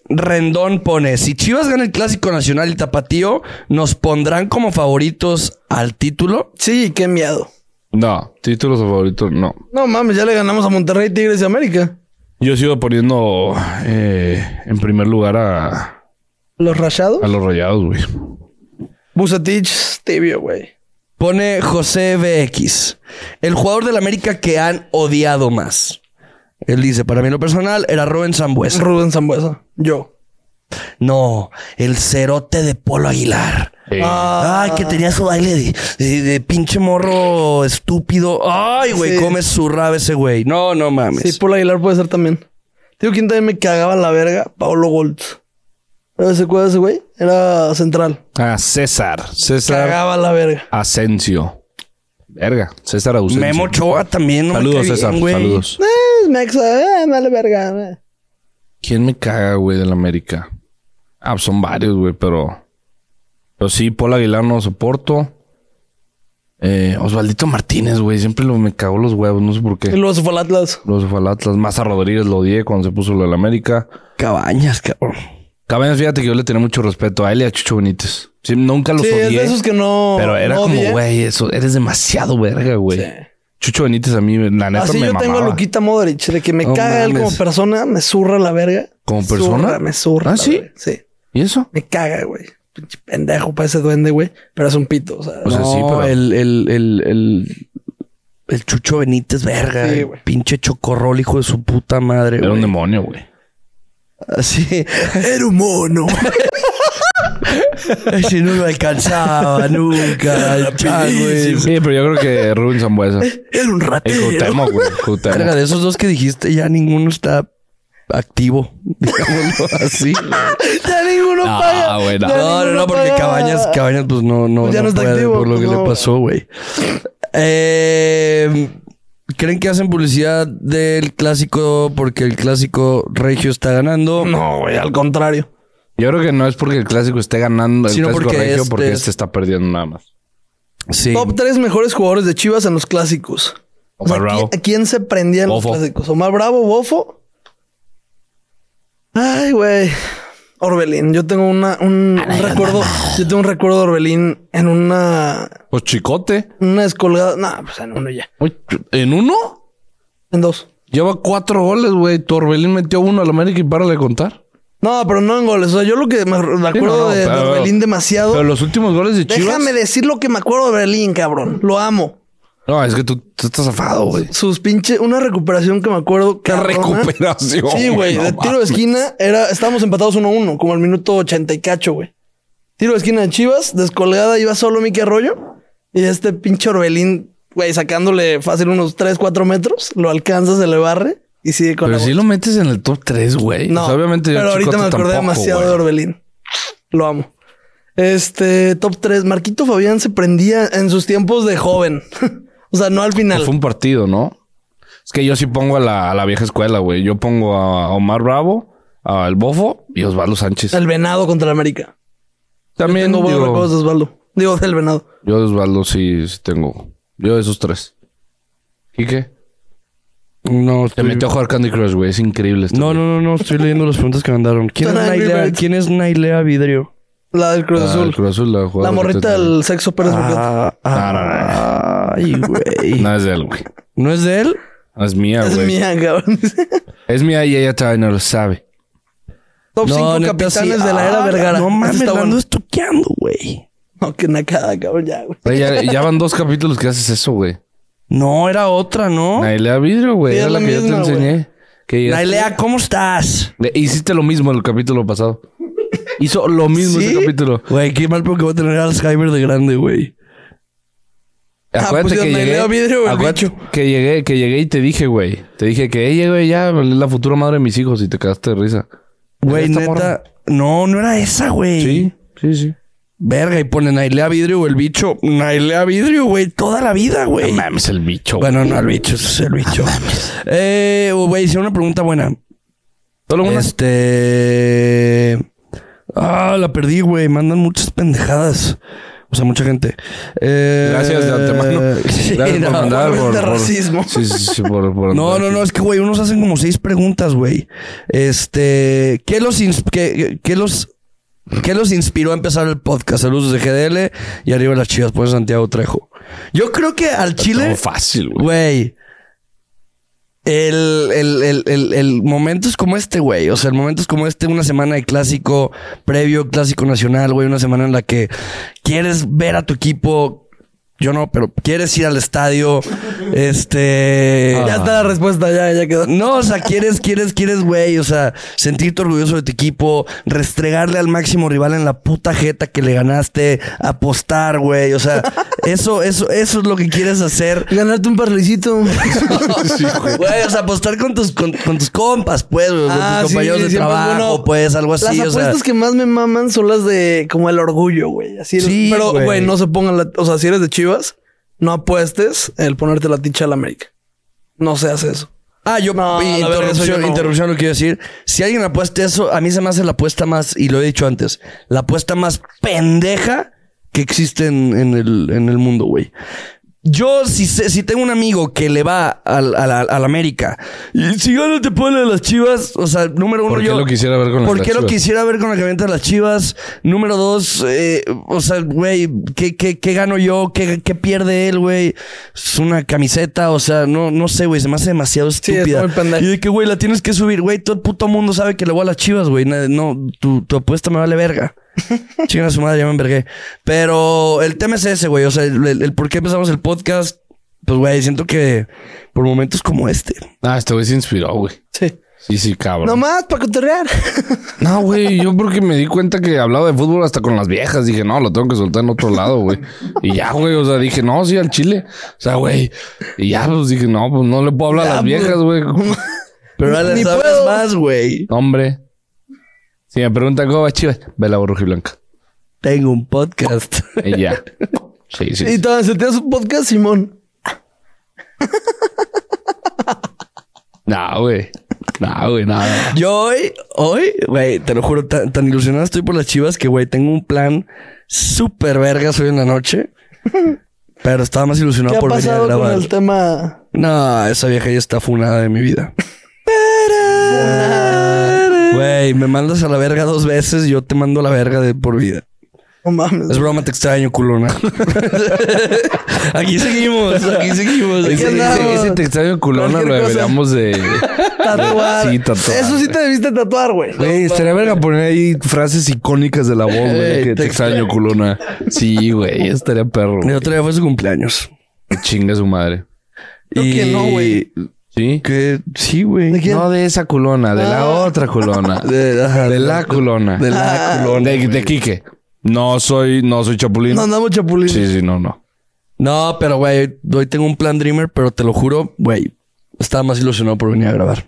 Rendón pone, si Chivas gana el Clásico Nacional y Tapatío, ¿nos pondrán como favoritos al título? Sí, qué miedo. No, títulos favoritos, no. No mames, ya le ganamos a Monterrey, Tigres y América. Yo sigo poniendo eh, en primer lugar a... ¿Los Rayados? A los Rayados, güey. Bucetich, tibio, güey. Pone José B X. El jugador del América que han odiado más. Él dice, para mí en lo personal, era Rubén Sambuesa. Rubén Sambuesa. Yo. No, el cerote de Polo Aguilar. Sí. Ah. Ay, que tenía su baile de, de, de pinche morro estúpido. Ay, güey, Sí. come su raba ese güey. No, no mames. Sí, Paul Aguilar puede ser también. Digo, ¿quién también me cagaba la verga? Paulo Goltz. ¿Ese cuál es ese güey? Era central. Ah, César. César Cagaba la verga. Asensio. Verga. César Asensio. Memo Ochoa también. No me Saludos, cae César. bien, güey. Saludos. Eh, Mexa, eh, vale verga. Eh. ¿Quién me caga, güey, del América? Ah, pues son varios, güey, pero... Pero sí, Paul Aguilar no soporto. Eh, Osvaldito Martínez, güey. Siempre lo, me cagó los huevos. No sé por Y qué. luego se fue al Atlas. Los fue al Atlas. Maza Rodríguez lo odié cuando se puso lo del América. Cabañas, cabrón. Cabañas, fíjate que yo le tenía mucho respeto a él y a Chucho Benítez. Sí, nunca los Sí, es odié. de esos que no. Pero era no como, odié. güey, eso, eres demasiado verga, güey. Sí. Chucho Benítez a mí, la neta, Así me yo tengo a mamaba. Luquita Modric, de que me No caga él mames. como persona, me zurra la verga. ¿Como Me persona? zurra, me zurra. ¿Ah, la sí? verga. Sí. ¿Y eso? Me caga, güey. Pinche pendejo para ese duende, güey. Pero es un pito, o sea. O sea, no, sí, pero- el, el, el, el, el Chucho Benítez, verga. Sí, el güey. pinche chocorrol, hijo de su puta madre, Era un güey. demonio, güey. Así. Era un mono. Ese no lo alcanzaba nunca. el cha, güey. Sí, pero yo creo que Rubén Sambuesa. Era un El ratero. Cuauhtémoc, güey. Verga, Cuauhtémoc. de esos dos que dijiste, ya ninguno está activo. Digámoslo así. Ya ninguno Ah, paga. güey, no. Ya No, no, ninguno no, porque paga. Cabañas, Cabañas, pues no, no, Pues ya no está puede activo, por lo pues que no. le pasó, güey. Eh, ¿Creen que hacen publicidad del clásico porque el clásico regio está ganando? No, güey, al contrario. Yo creo que no es porque el clásico esté ganando el Sino clásico porque regio, este porque es- este está perdiendo nada más. Sí. Top tres mejores jugadores de Chivas en los clásicos. O sea, Omar Bravo. ¿quién, quién se prendía en Bofo. los clásicos? Omar Bravo, Bofo. Ay, güey. Orbelín. Yo tengo una, un, un recuerdo. Yo tengo un recuerdo de Orbelín en una, Pues Chicote. una descolgada. No, pues en uno ya. Uy, ¿en uno? En dos. Lleva cuatro goles, güey. Torbelín metió uno al América y párale de contar. No, pero no en goles. O sea, yo lo que me me acuerdo no, no, de, de pero- Orbelín demasiado. Pero los últimos goles de Chivas... Déjame decir lo que me acuerdo de Orbelín, cabrón. Lo amo. No, es que tú, tú estás zafado, güey. Sus pinche... Una recuperación que me acuerdo... Qué cabrona. recuperación. Sí, güey. no de tiro de mames. esquina era... Estábamos empatados uno a uno. Como al minuto ochenta y cacho, güey. Tiro de esquina de Chivas. Descolgada iba solo Miki Arroyo. Y este pinche Orbelín, güey, sacándole fácil unos tres, cuatro metros. Lo alcanza, se le barre. Y sigue con Pero la sí lo metes en el top tres, güey. No, O sea, obviamente yo pero ahorita Chicote me acordé tampoco, demasiado güey. de Orbelín. Lo amo. Este, top tres. Marquito Fabián se prendía en sus tiempos de joven. O sea, no al final. Fue un partido, ¿no? Es que yo sí pongo a la, a la vieja escuela, güey. Yo pongo a Omar Bravo, al Bofo y Osvaldo Sánchez. El Venado contra el América. También Tengo buenos digo, recuerdos de Osvaldo. Digo, del Venado. yo de Osvaldo sí, sí tengo. Yo de esos tres. ¿Y qué? No, Te estoy... metió a jugar Candy Crush, güey. Es increíble esto. no, no, no, no. Estoy leyendo las preguntas que mandaron. ¿Quién es Son Angry Nailea, Birds. ¿quién es Nailea Vidrio? La del Cruz Ah, Azul. el Cruz Azul, la La jugadora morrita que- del sexo Pérez Buquet. Ah, No, no, ah, ay, güey. No es de él, güey. ¿No es de él? Es mía, Es güey. mía, cabrón. Es mía y ella todavía no lo sabe. Top cinco neta, capitanes sí. de la era Ah, Vergara. No Ese mames, está la bueno. ando estoqueando, güey. No, que nacada, cabrón, ya, güey. Güey, Ya, ya van dos capítulos que haces eso, güey. No, era otra, ¿no? Nailea Vidrio, güey. Sí, Era es la la que yo te misma, enseñé. Que llegaste- Nailea, ¿cómo estás? Le- Hiciste lo mismo en el capítulo pasado. Hizo lo mismo ¿Sí? ese capítulo. Güey, qué mal porque voy a tener Alzheimer de grande, güey. Ah, Acuérdate pues, que donde llegué, leo vidrio o el acuérdate bicho. que llegué, que llegué y te dije, güey. Te dije que, ella, güey, ya, es la futura madre de mis hijos y te quedaste de risa. Güey, ¿Esta neta. morra? No, no era esa, güey. Sí, sí, sí. Verga, y pone Nailea Vidrio o el bicho. Nailea Vidrio, güey, toda la vida, güey. No mames, el bicho. Bueno, no, el bicho, ese es el bicho. eh, güey, hicieron una pregunta buena. Solo una. Este. Ah, la perdí, güey. Mandan muchas pendejadas. O sea, mucha gente. Eh, Gracias de antemano. Sí, Gracias no, por mandar. Por, de por- racismo. Sí, sí, sí. Por, por No, no, no, es que, güey, unos hacen como seis preguntas, güey. Este, ¿qué los, ins- qué, qué los, qué los inspiró a empezar el podcast? Saludos de G D L y arriba las Chivas, pues Santiago Trejo. Yo creo que al Chile, Todo fácil, güey. güey, el, el, el, el, el momentos como este, güey. O sea, el momentos como este, una semana de clásico previo, clásico nacional, güey. Una semana en la que quieres ver a tu equipo. Yo no, pero quieres ir al estadio. Este. Ya está la respuesta, ya, ya quedó. No, o sea, quieres, quieres, quieres, güey. O sea, sentirte orgulloso de tu equipo, restregarle al máximo rival en la puta jeta que le ganaste, apostar, güey. O sea, eso, eso, eso es lo que quieres hacer. Ganarte un parlecito. Güey, o sea, apostar con tus, con, con tus compas, pues, güey, Ah, con tus sí, compañeros de siempre es trabajo, bueno. pues, algo así. Las o sea, apuestas que más me maman son las de como el orgullo, güey. Así el- Sí, pero, güey. güey, no se pongan la... O sea, si eres de Chivas, no apuestes el ponerte la ticha al América. No se hace eso. Ah, yo, No, y la verdad, eso interrupción, yo no. interrupción, lo quiero decir. Si alguien apuesta eso, a mí se me hace la apuesta más, y lo he dicho antes, la apuesta más pendeja que existe en, en el, en el mundo, güey. Yo, si, sé- si tengo un amigo que le va al, al, al, al América, y si gana te pone las Chivas, o sea, número uno, ¿Por qué yo... lo quisiera ver con las ¿Por qué lo Chivas? quisiera ver con la camiseta de las Chivas? Número dos, eh, o sea, güey, ¿qué, qué, qué gano yo? ¿Qué, qué pierde él, güey? Es una camiseta, o sea, no, no sé, güey, se me hace demasiado Sí, estúpida. está muy pendeja. Y de que, güey, la tienes que subir, güey, todo el puto mundo sabe que le voy a las Chivas, güey. Na- No, tu, tu apuesta me vale verga. Chinga a su madre, ya me envergué. Pero el tema es ese, güey, o sea, el, el, el por qué empezamos el podcast, pues, güey, siento que por momentos como este. Ah, este güey se inspiró, güey. Sí. Sí, sí, cabrón. Nomás para cotorrear. No, güey, yo porque me di cuenta que hablaba de fútbol hasta con las viejas. Dije, no, lo tengo que soltar en otro lado, güey. Y ya, güey, o sea, dije, no, sí, al Chile. O sea, güey. Y ya, pues dije, no, pues no le puedo hablar a Ya, las pues. viejas, güey. Pero ahora Ni les hablas puedo. más, güey. Hombre. Si me preguntan cómo va Chivas, ve la roja y blanca. Tengo un podcast. Y ya. Sí, sí. Y todavía se te hace un podcast, Simón. No, güey. No, güey, nada. Yo hoy, hoy, güey, te lo juro, tan, tan ilusionado estoy por las Chivas que, güey, tengo un plan súper vergas hoy en la noche. Pero estaba más ¿Qué ilusionado ha por venir a pasado con grabar. el tema? No, esa vieja ya está funada de mi vida. Güey, me mandas a la verga dos veces y yo te mando a la verga de por vida. No mames. Es broma, te extraño, culona. Aquí seguimos, aquí seguimos. Aquí Ese, andamos. ese, ese te extraño culona Cualquier lo cosa. deberíamos de... Tatuar. Sí, tatuar. Eso sí te debiste tatuar, güey. Güey, estaría verga poner ahí frases icónicas de la voz, güey. Ey, Que te te extraño, culona. Sí, güey, estaría perro. El otro día fue su cumpleaños. Chinga su madre. Creo que no, güey. ¿Sí? Que sí, güey. ¿De quién? No de esa culona, de la otra culona. De, ajá, De la culona. De la Ah. culona. De, de Quique. No soy, no soy chapulín. No andamos chapulín. Sí, sí, no, no. No, pero güey, hoy tengo un plan Dreamer, pero te lo juro, güey, estaba más ilusionado por venir a grabar.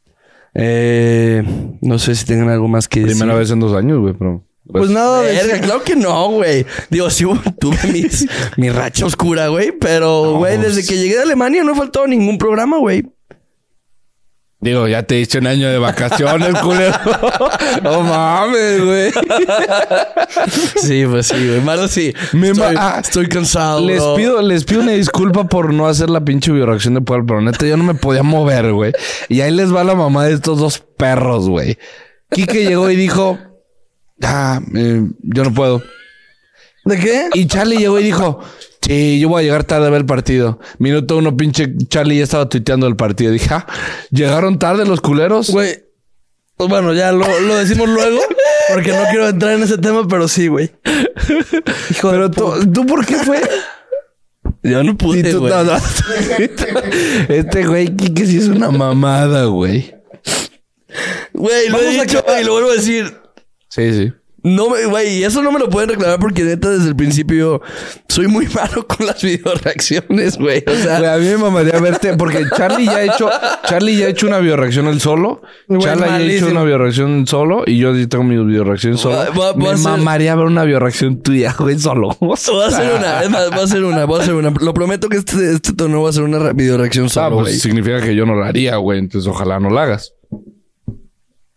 Eh, no sé si tengan algo más que decir. Primera vez en dos años, güey, pero... Pues nada de Verga, claro que no, güey. Digo, sí tuve mis, mi racha oscura, güey, pero, güey, No, desde sí. que llegué de Alemania no he faltado ningún programa, güey. Digo, ya te diste un año de vacaciones, culero. No mames, güey. Sí, pues sí, güey. Malo sí. Me estoy, ma- ah, estoy cansado. Les bro. pido, les pido una disculpa por no hacer la pinche bioreacción de Puebla, pero neta yo no me podía mover, güey. Y ahí les va la mamá de estos dos perros, güey. Quique llegó y dijo, ah, eh, yo no puedo. ¿De qué? Y Charlie llegó y dijo, sí, yo voy a llegar tarde a ver el partido. Minuto uno, pinche Charlie ya estaba tuiteando el partido. Dije, ah, ¿llegaron tarde los culeros? Güey. Pues bueno, ya lo, lo decimos luego. Porque no quiero entrar en ese tema, pero sí, güey. Hijo Pero de tú, puta. ¿tú por qué fue? Yo no Y pude, tú- güey. no, no. Este güey, Quique sí es una mamada, güey. Güey, lo he Vamos a dicho acabar. y lo vuelvo a decir. Sí, sí. No me, güey, y eso no me lo pueden reclamar porque neta desde el principio soy muy malo con las videoreacciones, güey. O sea, Güey, a mí me mamaría verte porque Charlie ya ha hecho, Charlie ya ha hecho una bioreacción él solo. Güey, Charlie ya ha hecho malísimo. una bioreacción solo y yo sí tengo mi bioreacción solo. Voy a- voy a- voy a me hacer- mamaría ver una bioreacción tuya, güey, solo. voy a hacer una, es más, voy a hacer una, voy a hacer una. Lo prometo que este, este torneo va a ser una ra- videoreacción Ah, solo, pues güey. significa que yo no la haría, güey. Entonces ojalá no la hagas.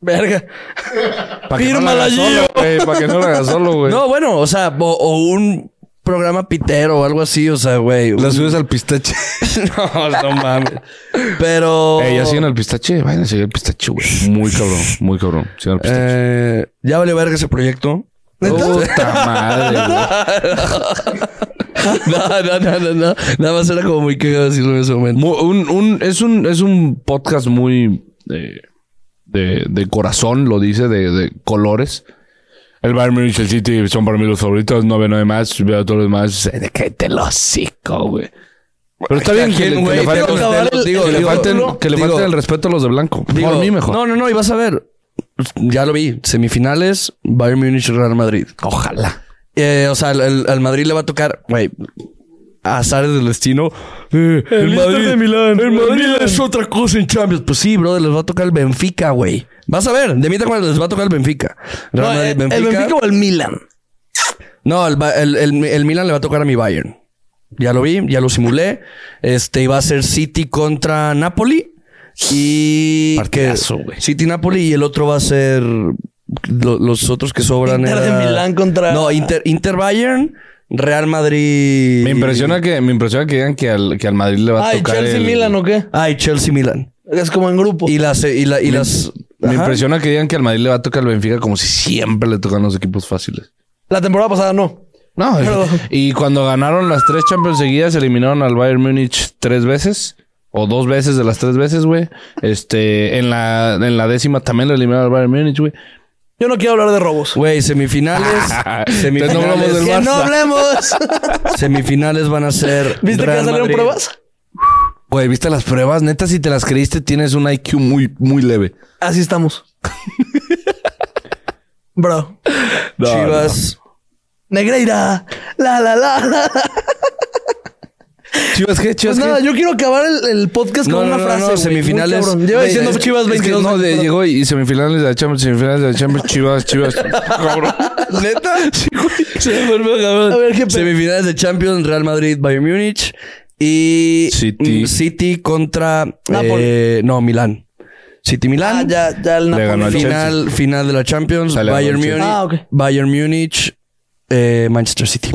Verga. Pa' que no Fírmala, la hagas Gio. solo, güey. Para que no lo hagas solo, güey. No, bueno, o sea, o, o un programa pitero o algo así, o sea, güey. La un- subes al pistache. no, no mames. Pero... Ey, ya siguen al pistache. Vayan a seguir al pistache, güey. Muy cabrón. Muy cabrón. Sigan al pistache. Eh, ya vale verga ese proyecto. Puta madre, güey. no, no, no, no, no. Nada más era como muy cagado decirlo en ese momento. Mu- Un, un, es, un, es un podcast muy de, de, de corazón, lo dice, de, de colores. El Bayern Munich y el City son para mí los favoritos. No veo nada más. Veo a todos los demás. De que te lo hocico, güey. Pero está bien que, le- que güey, le falten, tengo que acabar el- digo, el- que le digo, falten, digo, que le digo, falten el respeto a los de blanco. Digo, Por mí mejor. No, no, no. Y vas a ver. Ya lo vi. Semifinales, Bayern Munich y Real Madrid. Ojalá. Eh, o sea, al, al Madrid le va a tocar, güey, azares del destino. Eh, el, Inter Madrid, de Milán. el Madrid El Milan. es otra cosa en Champions. Pues sí, brother, les va a tocar el Benfica, güey. Vas a ver, de mí te acuerdas, les va a tocar el Benfica. Real No, Madrid, eh, ¿el Benfica o el Milan? No, el, Ba- el, el, el Milan le va a tocar a mi Bayern. Ya lo vi, ya lo simulé. Este iba a ser City contra Napoli. Y... Partidazo, que- güey. City-Napoli y el otro va a ser... lo- los otros que sobran Inter de era- Milán contra- No, Inter, Inter Bayern, Real Madrid... Me impresiona que, me impresiona que digan que al, que al Madrid le va a Ay, tocar Chelsea el- Milan o qué? Ay, Chelsea-Milan. Es como en grupo. Y las... Y, la, y Me- las... Me Ajá. impresiona que digan que al Madrid le va a tocar el Benfica como si siempre le tocan los equipos fáciles. La temporada pasada no. No, Pero- y cuando ganaron las tres Champions seguidas, eliminaron al Bayern Múnich tres veces. O dos veces de las tres veces, güey. Este, en la, en la décima también lo eliminaron al Bayern Múnich, güey. Yo no quiero hablar de robos. Güey, semifinales... Entonces no hablamos del semifinales, Que no Barça. hablemos. semifinales van a ser... ¿Viste que Real ya salieron Madrid. pruebas? Güey, ¿viste las pruebas? Neta, si te las creíste, tienes un I Q muy, muy leve. Así estamos. Bro. No, Chivas... Negreira. La, la, la, la. Chivas, ¿qué? Pues Chivas, nada, ¿qué? yo quiero acabar el, el podcast No, con no, una no, frase. no, güey, semifinales. muy cabrón. Lleva Güey, diciendo es- Chivas Es que veintidós no, años, de, pero- llegó y semifinales de la Champions, semifinales de la Champions, Chivas, Chivas. Cabrón. ¿Neta? Sí, güey. Se me fue, cabrón. A ver, ¿qué pe- Semifinales de Champions, Real Madrid, Bayern Múnich. Y... City. mm, City contra... Napoli. eh, no, Milán. City Milán. Ah, ya, ya el Le ganó Napoli. al Final, final de la Champions. O sea, le ganó Bayern al Múnich. Chelsea. Ah, ok. Bayern Múnich. eh, Manchester City.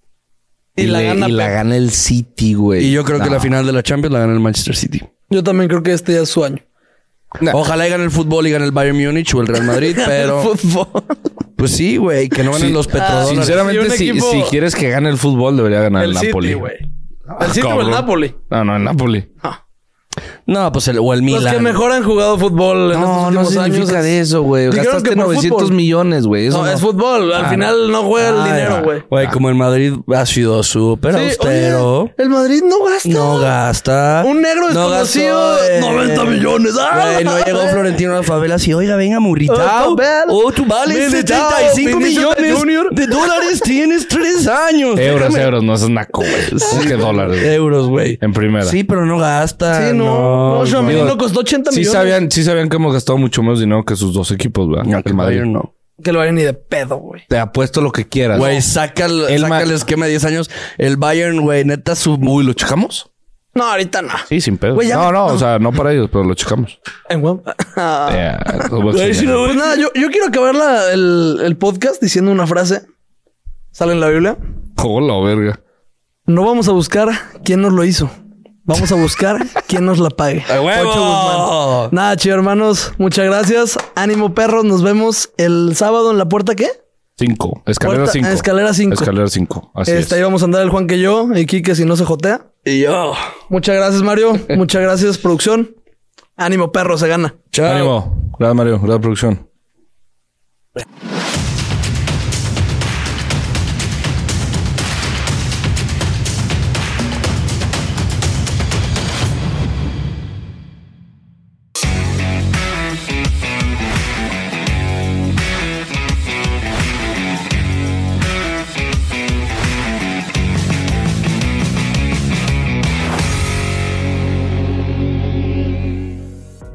Y, la le- gana. y la Pep. gana el City, güey. Y yo creo que No. la final de la Champions la gana el Manchester City. Yo también creo que este ya es su año. Nah. Ojalá y gane el fútbol y gane el Bayern Múnich o el Real Madrid, pero... Fútbol. Pues sí, güey. Que no ganen Sí. los petrodólares. Sinceramente, Sí, un si, equipo- si quieres que gane el fútbol, debería ganar el, El Napoli. City, güey. El City o el cabrón. Napoli. No, no, el Napoli. No, pues el, o el Milan. Los que mejor han jugado fútbol en No, estos no últimos años. significa es- de eso, güey. Dijeron Gastaste que por novecientos fútbol. millones, güey. Eso No, no, es fútbol. Al Ah, final no juega el Ah, dinero, ya. güey. Güey, como el Madrid ha sido súper Sí, austero. oye, el Madrid no gasta. No gasta. Un negro No desconocido, gastó, eh, noventa millones. ¡Ah! Güey, no llegó Florentino a las favelas y oiga, venga, Murritao. Oh, papel. Oh, tú vales Militao, setenta y cinco Vinicius millones Junior. de dólares. Tienes tres años. Euros, Déjame- euros. No, eso es naco, güey. ¿Cómo que dólares? güey? Euros, güey. En primera. Sí, pero no gasta. Sí, no. No, Tchouaméni digo, no costó ochenta Sí millones. sabían, sí sabían que hemos gastado mucho menos dinero que sus dos equipos, ¿verdad? No, que el Madrid. Bayern no. Que lo vayan ni de pedo, güey. Te apuesto lo que quieras. Güey, saca el, El saca Ma- el esquema de diez años. El Bayern, güey, neta, su... Uy, ¿lo checamos? No, ahorita no. Sí, sin pedo. Güey, ya no, me- no, no. o sea, no para ellos, pero lo checamos. En Guam. Ah. Ya, lo voy a Pues enseñar. nada, yo, yo quiero acabar la- el, el podcast diciendo una frase. Sale en la Biblia. Hola, verga. No vamos a buscar quién nos lo hizo. Vamos a buscar quién nos la pague. ¡A huevo! Pocho Guzmán. Nada, chido, hermanos. Muchas gracias. Ánimo, perros. Nos vemos el sábado en la puerta, ¿qué? Cinco. Escalera Puerta- cinco. escalera cinco. Escalera cinco. Así Este, ahí es. vamos a andar el Juan que yo y Quique si no se jotea. Y yo. Muchas gracias, Mario. Muchas gracias, producción. Ánimo, perro, se gana. Chao. Ánimo. Gracias, Mario. Gracias, producción.